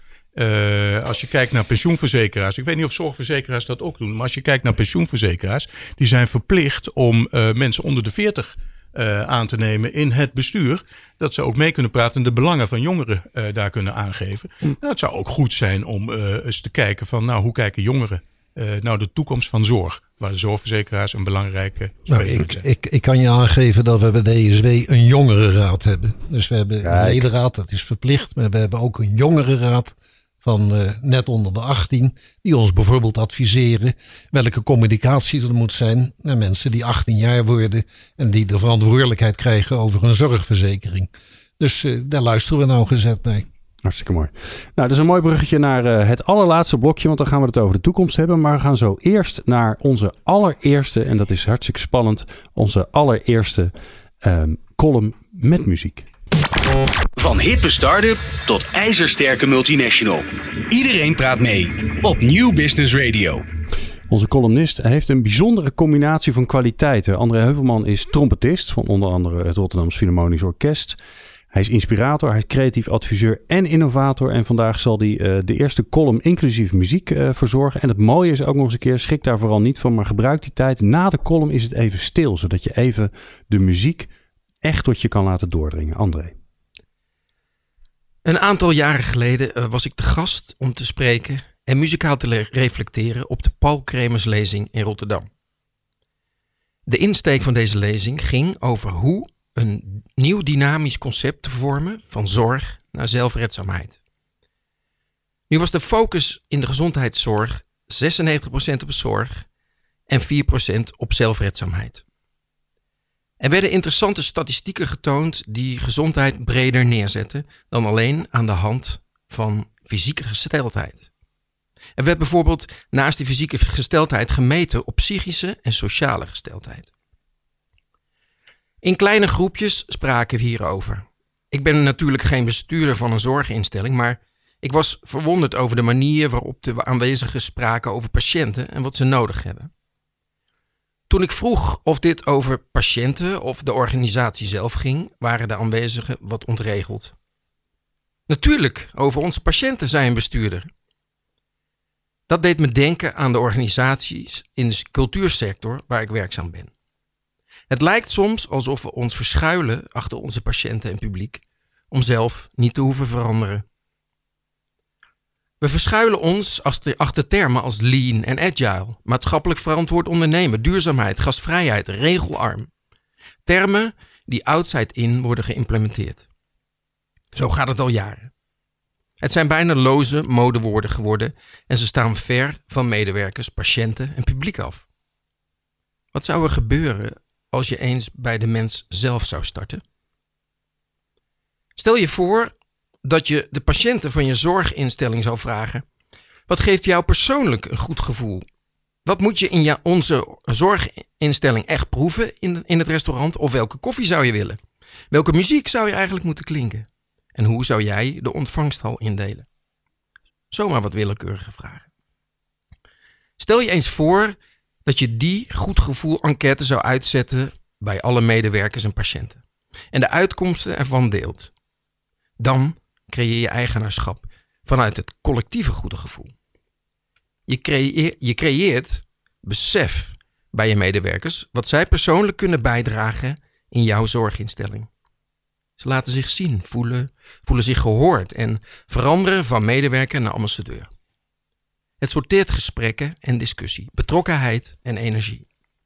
S5: Uh, als je kijkt naar pensioenverzekeraars. Ik weet niet of zorgverzekeraars dat ook doen. Maar als je kijkt naar pensioenverzekeraars. Die zijn verplicht om uh, mensen onder de veertig Uh, aan te nemen in het bestuur. Dat ze ook mee kunnen praten en de belangen van jongeren uh, daar kunnen aangeven. Mm. Nou, het zou ook goed zijn om uh, eens te kijken van, nou, hoe kijken jongeren uh, nou de toekomst van zorg? Waar de zorgverzekeraars een belangrijke
S4: nou, ik, zijn. Ik, ik kan je aangeven dat we bij D S W een jongerenraad hebben. Dus we hebben Kijk. een ledenraad, dat is verplicht. Maar we hebben ook een jongerenraad van uh, net onder de achttien. Die ons bijvoorbeeld adviseren welke communicatie er moet zijn naar mensen die achttien jaar worden. En die de verantwoordelijkheid krijgen over een zorgverzekering. Dus uh, daar luisteren we nou gezet naar.
S2: Hartstikke mooi. Nou, dat is een mooi bruggetje naar uh, het allerlaatste blokje, want dan gaan we het over de toekomst hebben. Maar we gaan zo eerst naar onze allereerste, en dat is hartstikke spannend, onze allereerste um, column met muziek.
S1: Van hippe start-up tot ijzersterke multinational. Iedereen praat mee op New Business Radio.
S2: Onze columnist heeft een bijzondere combinatie van kwaliteiten. André Heuvelman is trompetist van onder andere het Rotterdams Philharmonisch Orkest. Hij is inspirator, hij is creatief adviseur en innovator. En vandaag zal hij uh, de eerste column inclusief muziek uh, verzorgen. En het mooie is ook nog eens een keer, schrik daar vooral niet van, maar gebruik die tijd. Na de column is het even stil, zodat je even de muziek echt tot je kan laten doordringen. André.
S7: Een aantal jaren geleden uh, was ik te gast om te spreken en muzikaal te le- reflecteren op de Paul Kremers lezing in Rotterdam. De insteek van deze lezing ging over hoe een nieuw dynamisch concept te vormen van zorg naar zelfredzaamheid. Nu was de focus in de gezondheidszorg zesennegentig procent op zorg en vier procent op zelfredzaamheid. Er werden interessante statistieken getoond die gezondheid breder neerzetten dan alleen aan de hand van fysieke gesteldheid. Er werd bijvoorbeeld naast die fysieke gesteldheid gemeten op psychische en sociale gesteldheid. In kleine groepjes spraken we hierover. Ik ben natuurlijk geen bestuurder van een zorginstelling, maar ik was verwonderd over de manier waarop de aanwezigen spraken over patiënten en wat ze nodig hebben. Toen ik vroeg of dit over patiënten of de organisatie zelf ging, waren de aanwezigen wat ontregeld. Natuurlijk, over onze patiënten, zei een bestuurder. Dat deed me denken aan de organisaties in de cultuursector waar ik werkzaam ben. Het lijkt soms alsof we ons verschuilen achter onze patiënten en publiek om zelf niet te hoeven veranderen. We verschuilen ons achter, achter termen als lean en agile, maatschappelijk verantwoord ondernemen, duurzaamheid, gastvrijheid, regelarm. Termen die outside in worden geïmplementeerd. Zo gaat het al jaren. Het zijn bijna loze modewoorden geworden en ze staan ver van medewerkers, patiënten en publiek af. Wat zou er gebeuren als je eens bij de mens zelf zou starten? Stel je voor dat je de patiënten van je zorginstelling zou vragen: wat geeft jou persoonlijk een goed gevoel? Wat moet je in jou, onze zorginstelling echt proeven in, in het restaurant? Of welke koffie zou je willen? Welke muziek zou je eigenlijk moeten klinken? En hoe zou jij de ontvangsthal indelen? Zomaar wat willekeurige vragen. Stel je eens voor dat je die goed gevoel enquête zou uitzetten bij alle medewerkers en patiënten. En de uitkomsten ervan deelt. Dan creëer je eigenaarschap vanuit het collectieve goede gevoel. Je, creëer, je creëert besef bij je medewerkers wat zij persoonlijk kunnen bijdragen in jouw zorginstelling. Ze laten zich zien, voelen, voelen zich gehoord en veranderen van medewerker naar ambassadeur. Het sorteert gesprekken en discussie, betrokkenheid en energie.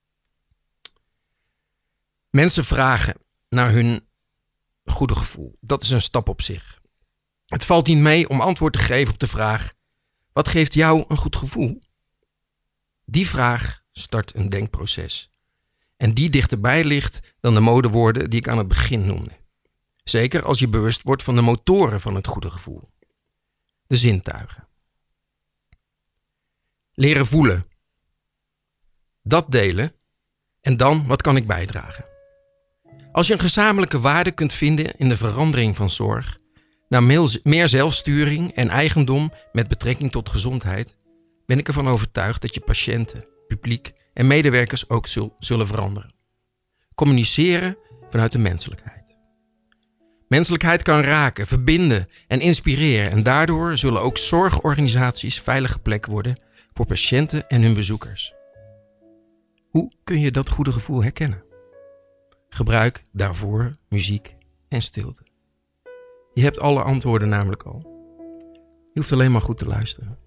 S7: Mensen vragen naar hun goede gevoel. Dat is een stap op zich. Het valt niet mee om antwoord te geven op de vraag: wat geeft jou een goed gevoel? Die vraag start een denkproces. En die dichterbij ligt dan de modewoorden die ik aan het begin noemde. Zeker als je bewust wordt van de motoren van het goede gevoel. De zintuigen. Leren voelen. Dat delen. En dan, wat kan ik bijdragen? Als je een gezamenlijke waarde kunt vinden in de verandering van zorg naar meer zelfsturing en eigendom met betrekking tot gezondheid, ben ik ervan overtuigd dat je patiënten, publiek en medewerkers ook zullen veranderen. Communiceren vanuit de menselijkheid. Menselijkheid kan raken, verbinden en inspireren en daardoor zullen ook zorgorganisaties veilige plekken worden voor patiënten en hun bezoekers. Hoe kun je dat goede gevoel herkennen? Gebruik daarvoor muziek en stilte. Je hebt alle antwoorden namelijk al. Je hoeft alleen maar goed te luisteren.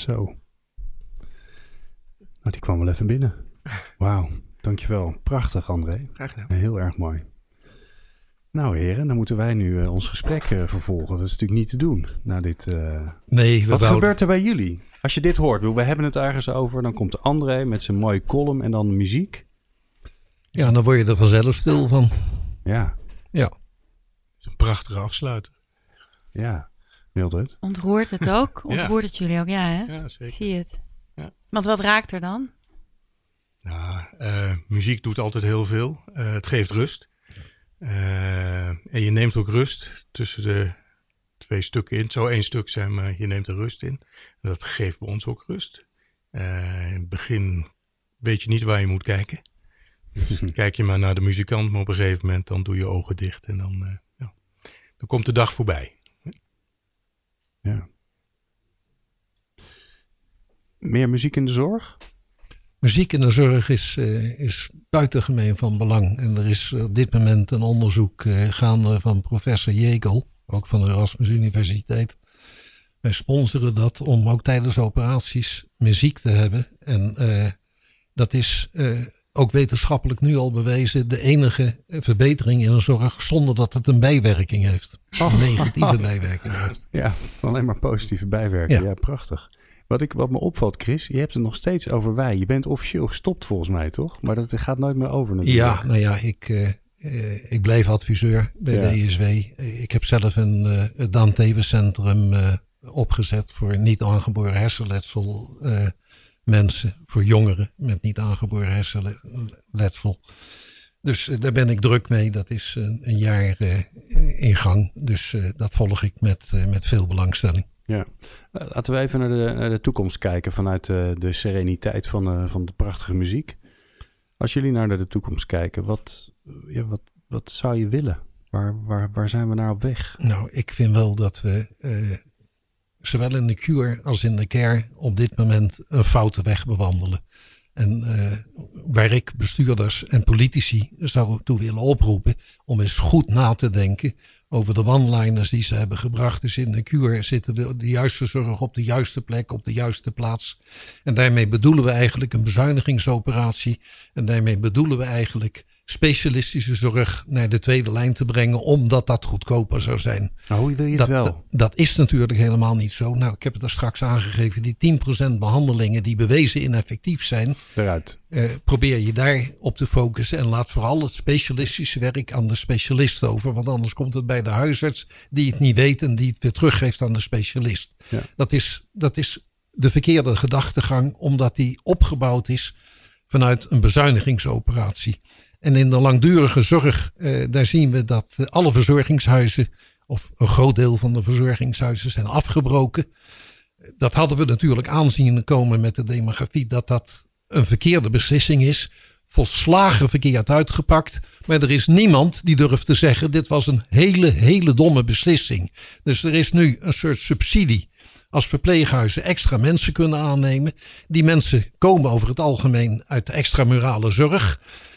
S2: Zo. Nou, die kwam wel even binnen. Wauw, dankjewel. Prachtig, André.
S7: Graag gedaan.
S2: Heel erg mooi. Nou heren, dan moeten wij nu uh, ons gesprek uh, vervolgen. Dat is natuurlijk niet te doen. Na dit, uh...
S4: Nee, we
S2: Wat
S4: wouden...
S2: gebeurt er bij jullie? Als je dit hoort, we hebben het ergens over. Dan komt André met zijn mooie column en dan muziek.
S4: Ja, dan word je er vanzelf stil van.
S2: Ja.
S4: Ja.
S5: Dat is een prachtige afsluiter.
S2: Ja, Mildred.
S3: Ontroert het ook? Ontroert het jullie ook? Ja, hè?
S5: Ja, zeker.
S3: Ik zie het.
S5: Ja.
S3: Want wat raakt er dan?
S5: Nou, uh, muziek doet altijd heel veel. Uh, het geeft rust. Uh, en je neemt ook rust tussen de twee stukken in. Het zou één stuk zijn, maar je neemt er rust in. En dat geeft bij ons ook rust. Uh, in het begin weet je niet waar je moet kijken. Dus kijk je maar naar de muzikant, maar op een gegeven moment dan doe je ogen dicht. En dan, uh, ja, dan komt de dag voorbij.
S2: Ja. Meer muziek in de zorg?
S4: Muziek in de zorg is, uh, is buitengemeen van belang. En er is op dit moment een onderzoek uh, gaande van professor Jegel, ook van de Erasmus Universiteit. Wij sponsoren dat om ook tijdens operaties muziek te hebben. En uh, dat is uh, ook wetenschappelijk nu al bewezen de enige verbetering in de zorg zonder dat het een bijwerking heeft. Een negatieve bijwerking heeft.
S2: Ja, alleen maar positieve bijwerking. Ja, ja prachtig. Wat, ik, wat me opvalt, Chris, je hebt het nog steeds over wij. Je bent officieel gestopt volgens mij, toch? Maar dat gaat nooit meer over natuurlijk.
S4: Ja, nou ja, ik, uh, uh, ik blijf adviseur bij ja. de E S W. Uh, ik heb zelf een uh, het Daan Tewes Centrum uh, opgezet voor niet aangeboren hersenletsel uh, mensen. Voor jongeren met niet aangeboren hersenletsel. Dus uh, daar ben ik druk mee. Dat is uh, een jaar uh, in gang. Dus uh, dat volg ik met, uh, met veel belangstelling.
S2: Ja, laten we even naar de, naar de toekomst kijken vanuit de, de sereniteit van, uh, van de prachtige muziek. Als jullie naar de toekomst kijken, wat, ja, wat, wat zou je willen? Waar, waar, waar zijn we naar op weg?
S4: Nou, ik vind wel dat we uh, zowel in de cure als in de care op dit moment een foute weg bewandelen. En uh, waar ik bestuurders en politici zou toe willen oproepen om eens goed na te denken over de one-liners die ze hebben gebracht. Dus in de cure zitten we de juiste zorg op de juiste plek, op de juiste plaats. En daarmee bedoelen we eigenlijk een bezuinigingsoperatie. En daarmee bedoelen we eigenlijk specialistische zorg naar de tweede lijn te brengen, omdat dat goedkoper zou zijn.
S2: Nou, hoe wil je het
S4: dat,
S2: wel?
S4: Dat, dat is natuurlijk helemaal niet zo. Nou, ik heb het er straks aangegeven. Die tien procent behandelingen die bewezen ineffectief zijn.
S2: Eruit.
S4: Uh, probeer je daar op te focussen en laat vooral het specialistische werk aan de specialist over. Want anders komt het bij de huisarts die het niet weet en die het weer teruggeeft aan de specialist. Ja. Dat is, dat is de verkeerde gedachtegang, omdat die opgebouwd is vanuit een bezuinigingsoperatie. En in de langdurige zorg, uh, daar zien we dat uh, alle verzorgingshuizen, of een groot deel van de verzorgingshuizen, zijn afgebroken. Dat hadden we natuurlijk aanzien komen met de demografie, dat dat een verkeerde beslissing is. Volslagen verkeerd uitgepakt. Maar er is niemand die durft te zeggen, dit was een hele, hele domme beslissing. Dus er is nu een soort subsidie. Als verpleeghuizen extra mensen kunnen aannemen. Die mensen komen over het algemeen uit de extramurale zorg.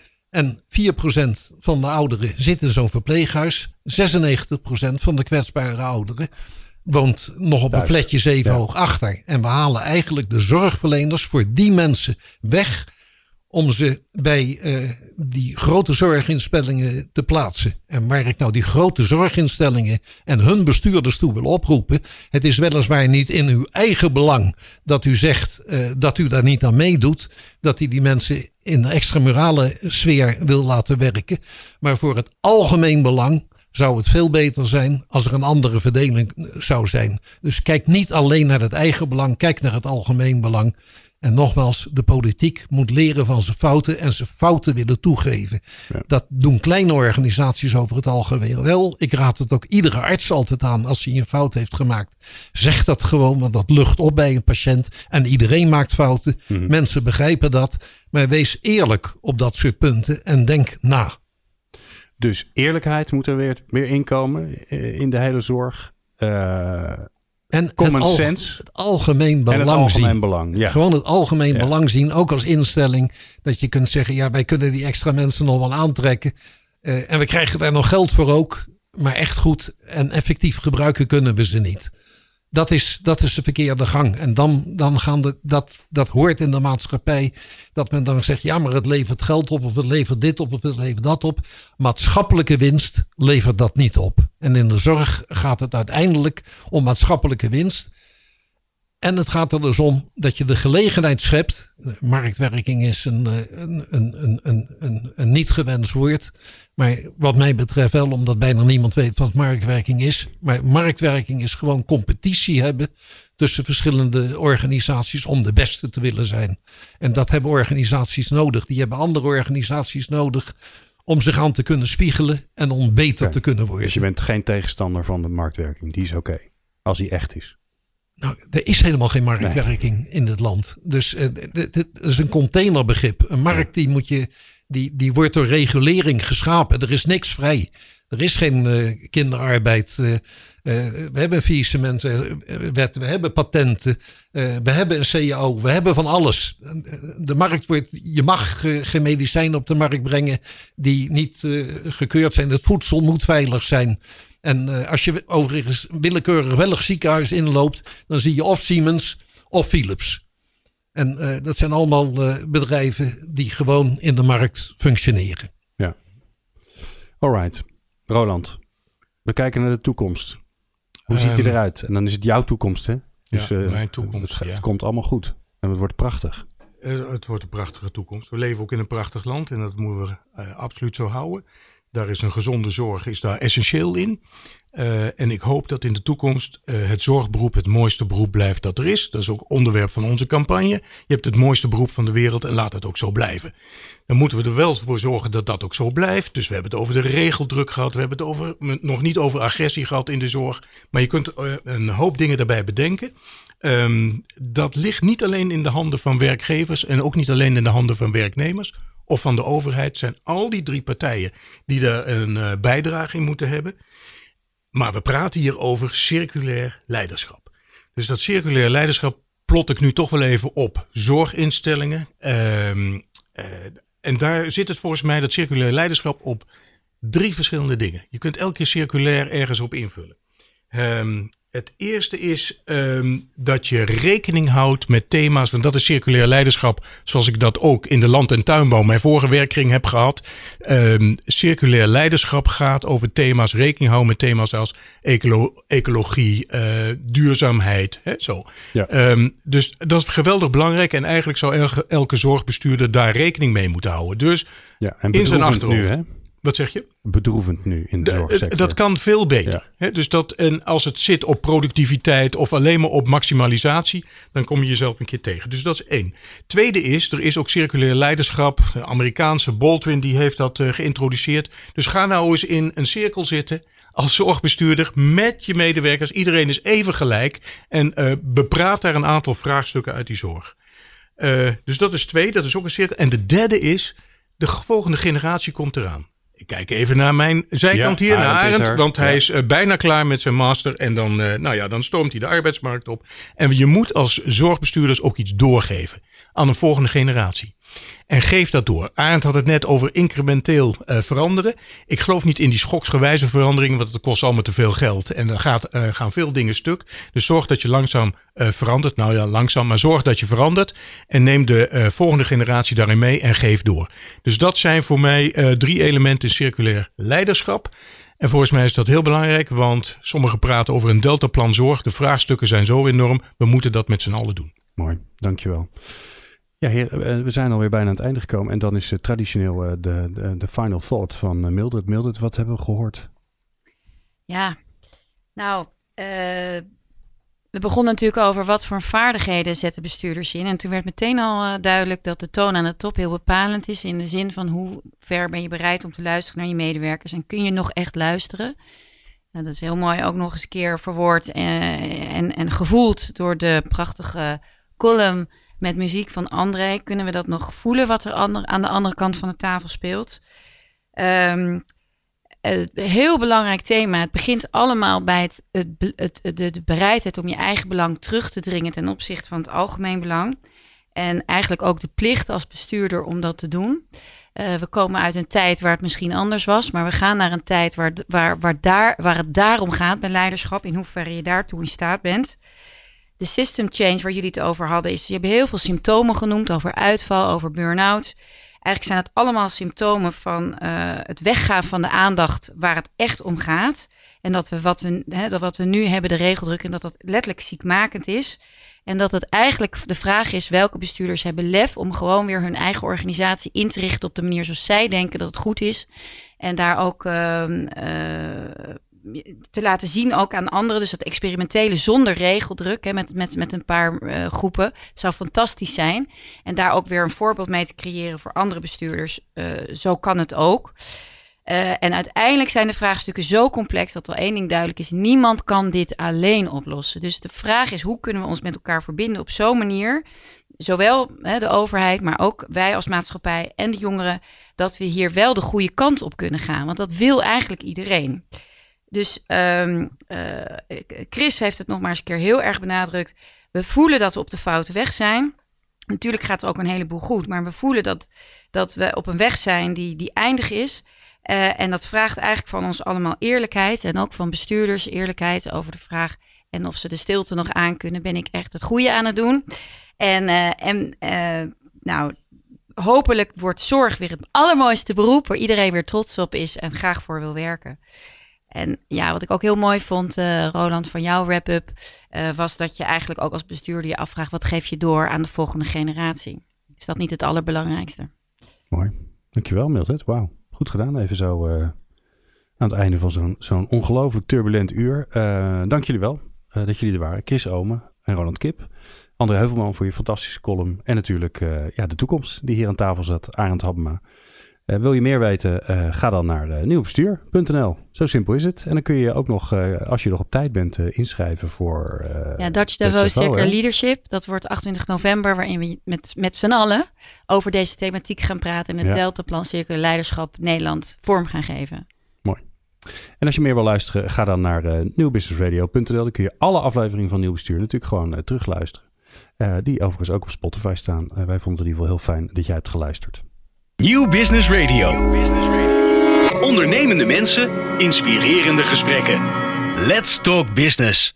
S4: En vier procent van de ouderen zit in zo'n verpleeghuis. zesennegentig procent van de kwetsbare ouderen woont nog op Duist. een flatje zeven ja. hoog achter. En we halen eigenlijk de zorgverleners voor die mensen weg om ze bij uh, die grote zorginstellingen te plaatsen. En waar ik nou die grote zorginstellingen en hun bestuurders toe wil oproepen. Het is weliswaar niet in uw eigen belang dat u zegt uh, dat u daar niet aan meedoet. Dat u die mensen in de extramurale sfeer wil laten werken. Maar voor het algemeen belang zou het veel beter zijn als er een andere verdeling zou zijn. Dus kijk niet alleen naar het eigen belang, kijk naar het algemeen belang. En nogmaals, de politiek moet leren van zijn fouten en zijn fouten willen toegeven. Ja. Dat doen kleine organisaties over het algemeen wel. Ik raad het ook iedere arts altijd aan als hij een fout heeft gemaakt. Zeg dat gewoon, want dat lucht op bij een patiënt. En iedereen maakt fouten. Mm-hmm. Mensen begrijpen dat. Maar wees eerlijk op dat soort punten en denk na.
S2: Dus eerlijkheid moet er weer, weer inkomen in de hele zorg. Uh,
S4: en
S2: common
S4: het, al,
S2: sense.
S4: het algemeen belang
S2: en het algemeen
S4: zien.
S2: Belang, ja.
S4: Gewoon het algemeen
S2: ja.
S4: belang zien. Ook als instelling. Dat je kunt zeggen, ja, wij kunnen die extra mensen nog wel aantrekken. Uh, en we krijgen daar nog geld voor ook. Maar echt goed en effectief gebruiken kunnen we ze niet. Dat is, dat is de verkeerde gang. En dan, dan gaan de, dat, dat hoort in de maatschappij. Dat men dan zegt, ja, maar het levert geld op. Of het levert dit op. Of het levert dat op. Maatschappelijke winst levert dat niet op. En in de zorg gaat het uiteindelijk om maatschappelijke winst. En het gaat er dus om dat je de gelegenheid schept. Marktwerking is een, een, een, een, een, een, een niet gewenst woord. Maar wat mij betreft wel, omdat bijna niemand weet wat marktwerking is. Maar marktwerking is gewoon competitie hebben tussen verschillende organisaties om de beste te willen zijn. En dat hebben organisaties nodig. Die hebben andere organisaties nodig om zich aan te kunnen spiegelen en om beter okay. te kunnen worden.
S2: Dus je bent geen tegenstander van de marktwerking. Die is oké, okay, als die echt is.
S4: Nou, er is helemaal geen marktwerking nee. in dit land. Dus uh, het is een containerbegrip. Een markt die moet je, die, die wordt door regulering geschapen. Er is niks vrij. Er is geen uh, kinderarbeid. Uh, uh, we hebben een faillissementwet. We hebben patenten. Uh, we hebben een C A O. We hebben van alles. De markt wordt, je mag uh, geen medicijnen op de markt brengen die niet uh, gekeurd zijn. Het voedsel moet veilig zijn. En uh, als je overigens willekeurig welk ziekenhuis inloopt, dan zie je of Siemens of Philips. En uh, dat zijn allemaal uh, bedrijven die gewoon in de markt functioneren.
S2: Ja. Alright. Roland, we kijken naar de toekomst. Hoe ziet die eruit? En dan is het jouw toekomst, hè? Dus,
S5: ja,
S2: uh,
S5: mijn toekomst,
S2: het,
S5: ja.
S2: het komt allemaal goed. En het wordt prachtig.
S5: Uh, het wordt een prachtige toekomst. We leven ook in een prachtig land en dat moeten we uh, absoluut zo houden. Daar is een gezonde zorg is daar essentieel in. Uh, en ik hoop dat in de toekomst uh, het zorgberoep het mooiste beroep blijft dat er is. Dat is ook onderwerp van onze campagne. Je hebt het mooiste beroep van de wereld en laat het ook zo blijven. Dan moeten we er wel voor zorgen dat dat ook zo blijft. Dus we hebben het over de regeldruk gehad. We hebben het over, nog niet over agressie gehad in de zorg. Maar je kunt uh, een hoop dingen daarbij bedenken. Um, dat ligt niet alleen in de handen van werkgevers en ook niet alleen in de handen van werknemers of van de overheid. Zijn al die drie partijen die daar een uh, bijdrage in moeten hebben. Maar we praten hier over circulair leiderschap. Dus dat circulair leiderschap plot ik nu toch wel even op zorginstellingen. Um, uh, en daar zit het volgens mij, dat circulair leiderschap, op drie verschillende dingen. Je kunt elke keer circulair ergens op invullen. Um, Het eerste is um, dat je rekening houdt met thema's, want dat is circulair leiderschap, zoals ik dat ook in de land- en tuinbouw, mijn vorige werkkring heb gehad. Um, circulair leiderschap gaat over thema's, rekening houden met thema's als ecolo- ecologie, uh, duurzaamheid. Hè, zo. Ja. Um, dus dat is geweldig belangrijk en eigenlijk zou elke, elke zorgbestuurder daar rekening mee moeten houden. Dus
S2: ja, en
S5: in zijn achterhoofd.
S2: Nu, hè?
S5: Wat zeg je?
S2: Bedroevend nu in de zorgsector.
S5: Dat kan veel beter. Ja. Dus dat, en als het zit op productiviteit of alleen maar op maximalisatie, dan kom je jezelf een keer tegen. Dus dat is één. Tweede is, er is ook circulair leiderschap. De Amerikaanse Baldwin die heeft dat uh, geïntroduceerd. Dus ga nou eens in een cirkel zitten als zorgbestuurder met je medewerkers. Iedereen is even gelijk en uh, bepraat daar een aantal vraagstukken uit die zorg. Uh, dus dat is twee, dat is ook een cirkel. En de derde is, de volgende generatie komt eraan. Ik kijk even naar mijn zijkant ja, hier, naar Arend. Want hij ja. is uh, bijna klaar met zijn master. En dan, uh, nou ja, dan stormt hij de arbeidsmarkt op. En je moet als zorgbestuurders ook iets doorgeven aan een volgende generatie. En geef dat door. Arend had het net over incrementeel uh, veranderen. Ik geloof niet in die schoksgewijze verandering, want het kost allemaal te veel geld. En er gaat, uh, gaan veel dingen stuk. Dus zorg dat je langzaam uh, verandert. Nou ja, langzaam, maar zorg dat je verandert. En neem de uh, volgende generatie daarin mee en geef door. Dus dat zijn voor mij uh, drie elementen in circulair leiderschap. En volgens mij is dat heel belangrijk, want sommigen praten over een deltaplan zorg. De vraagstukken zijn zo enorm. We moeten dat met z'n allen doen.
S2: Mooi, dankjewel. Ja, heer, we zijn alweer bijna aan het einde gekomen. En dan is uh, traditioneel uh, de, de, de final thought van uh, Mildred. Mildred, wat hebben we gehoord?
S3: Ja, nou, uh, we begonnen natuurlijk over wat voor vaardigheden zetten bestuurders in. En toen werd meteen al uh, duidelijk dat de toon aan de top heel bepalend is. In de zin van hoe ver ben je bereid om te luisteren naar je medewerkers. En kun je nog echt luisteren? Nou, dat is heel mooi ook nog eens een keer verwoord en, en, en gevoeld door de prachtige column met muziek van André. Kunnen we dat nog voelen wat er ander, aan de andere kant van de tafel speelt? Um, een heel belangrijk thema. Het begint allemaal bij het, het, het, het, de, de bereidheid om je eigen belang terug te dringen ten opzichte van het algemeen belang. En eigenlijk ook de plicht als bestuurder om dat te doen. Uh, we komen uit een tijd waar het misschien anders was. Maar we gaan naar een tijd waar, waar, waar, daar, waar het daarom gaat bij leiderschap. In hoeverre je daartoe in staat bent. De system change waar jullie het over hadden. Is, je hebt heel veel symptomen genoemd over uitval, over burn-out. Eigenlijk zijn het allemaal symptomen van uh, het weggaan van de aandacht waar het echt om gaat. En dat we wat we, hè, dat wat we nu hebben, de regeldruk, en dat dat letterlijk ziekmakend is. En dat het eigenlijk de vraag is, welke bestuurders hebben lef om gewoon weer hun eigen organisatie in te richten op de manier zoals zij denken dat het goed is. En daar ook uh, uh, te laten zien ook aan anderen. Dus dat experimentele zonder regeldruk, hè, met, met, met een paar uh, groepen, zou fantastisch zijn. En daar ook weer een voorbeeld mee te creëren voor andere bestuurders. Uh, zo kan het ook. Uh, en uiteindelijk zijn de vraagstukken zo complex dat wel één ding duidelijk is. Niemand kan dit alleen oplossen. Dus de vraag is, hoe kunnen we ons met elkaar verbinden op zo'n manier, zowel hè, de overheid, maar ook wij als maatschappij en de jongeren, dat we hier wel de goede kant op kunnen gaan. Want dat wil eigenlijk iedereen. Dus um, uh, Chris heeft het nog maar eens een keer heel erg benadrukt. We voelen dat we op de foute weg zijn. Natuurlijk gaat er ook een heleboel goed, maar we voelen dat, dat we op een weg zijn die, die eindig is. Uh, en dat vraagt eigenlijk van ons allemaal eerlijkheid. En ook van bestuurders eerlijkheid over de vraag. En of ze de stilte nog aan kunnen. Ben ik echt het goede aan het doen? En, uh, en uh, nou, hopelijk wordt zorg weer het allermooiste beroep. Waar iedereen weer trots op is en graag voor wil werken. En ja, wat ik ook heel mooi vond, uh, Roland, van jouw wrap-up. Uh, was dat je eigenlijk ook als bestuurder je afvraagt. Wat geef je door aan de volgende generatie? Is dat niet het allerbelangrijkste?
S2: Mooi. Dankjewel, Mildred. Wauw. Goed gedaan, even zo uh, aan het einde van zo'n, zo'n ongelooflijk turbulent uur. Uh, dank jullie wel uh, dat jullie er waren. Chris Omen en Roland Kip. André Heuvelman voor je fantastische column. En natuurlijk uh, ja, de toekomst die hier aan tafel zat, Arend Habema. Uh, wil je meer weten, uh, ga dan naar uh, nieuwbestuur punt n l. Zo simpel is het. En dan kun je ook nog, uh, als je nog op tijd bent, uh, inschrijven voor... Uh,
S3: ja, Dutch Davos Circular Leadership. Dat wordt achtentwintig november, waarin we met, met z'n allen over deze thematiek gaan praten. En het ja. Deltaplan Circular Leiderschap Nederland vorm gaan geven.
S2: Mooi. En als je meer wil luisteren, ga dan naar uh, nieuw business radio punt n l. Dan kun je alle afleveringen van Nieuw Bestuur natuurlijk gewoon uh, terugluisteren. Uh, die overigens ook op Spotify staan. Uh, wij vonden het in ieder geval heel fijn dat jij hebt geluisterd.
S1: Nieuw Business Radio. Ondernemende mensen, inspirerende gesprekken. Let's talk business.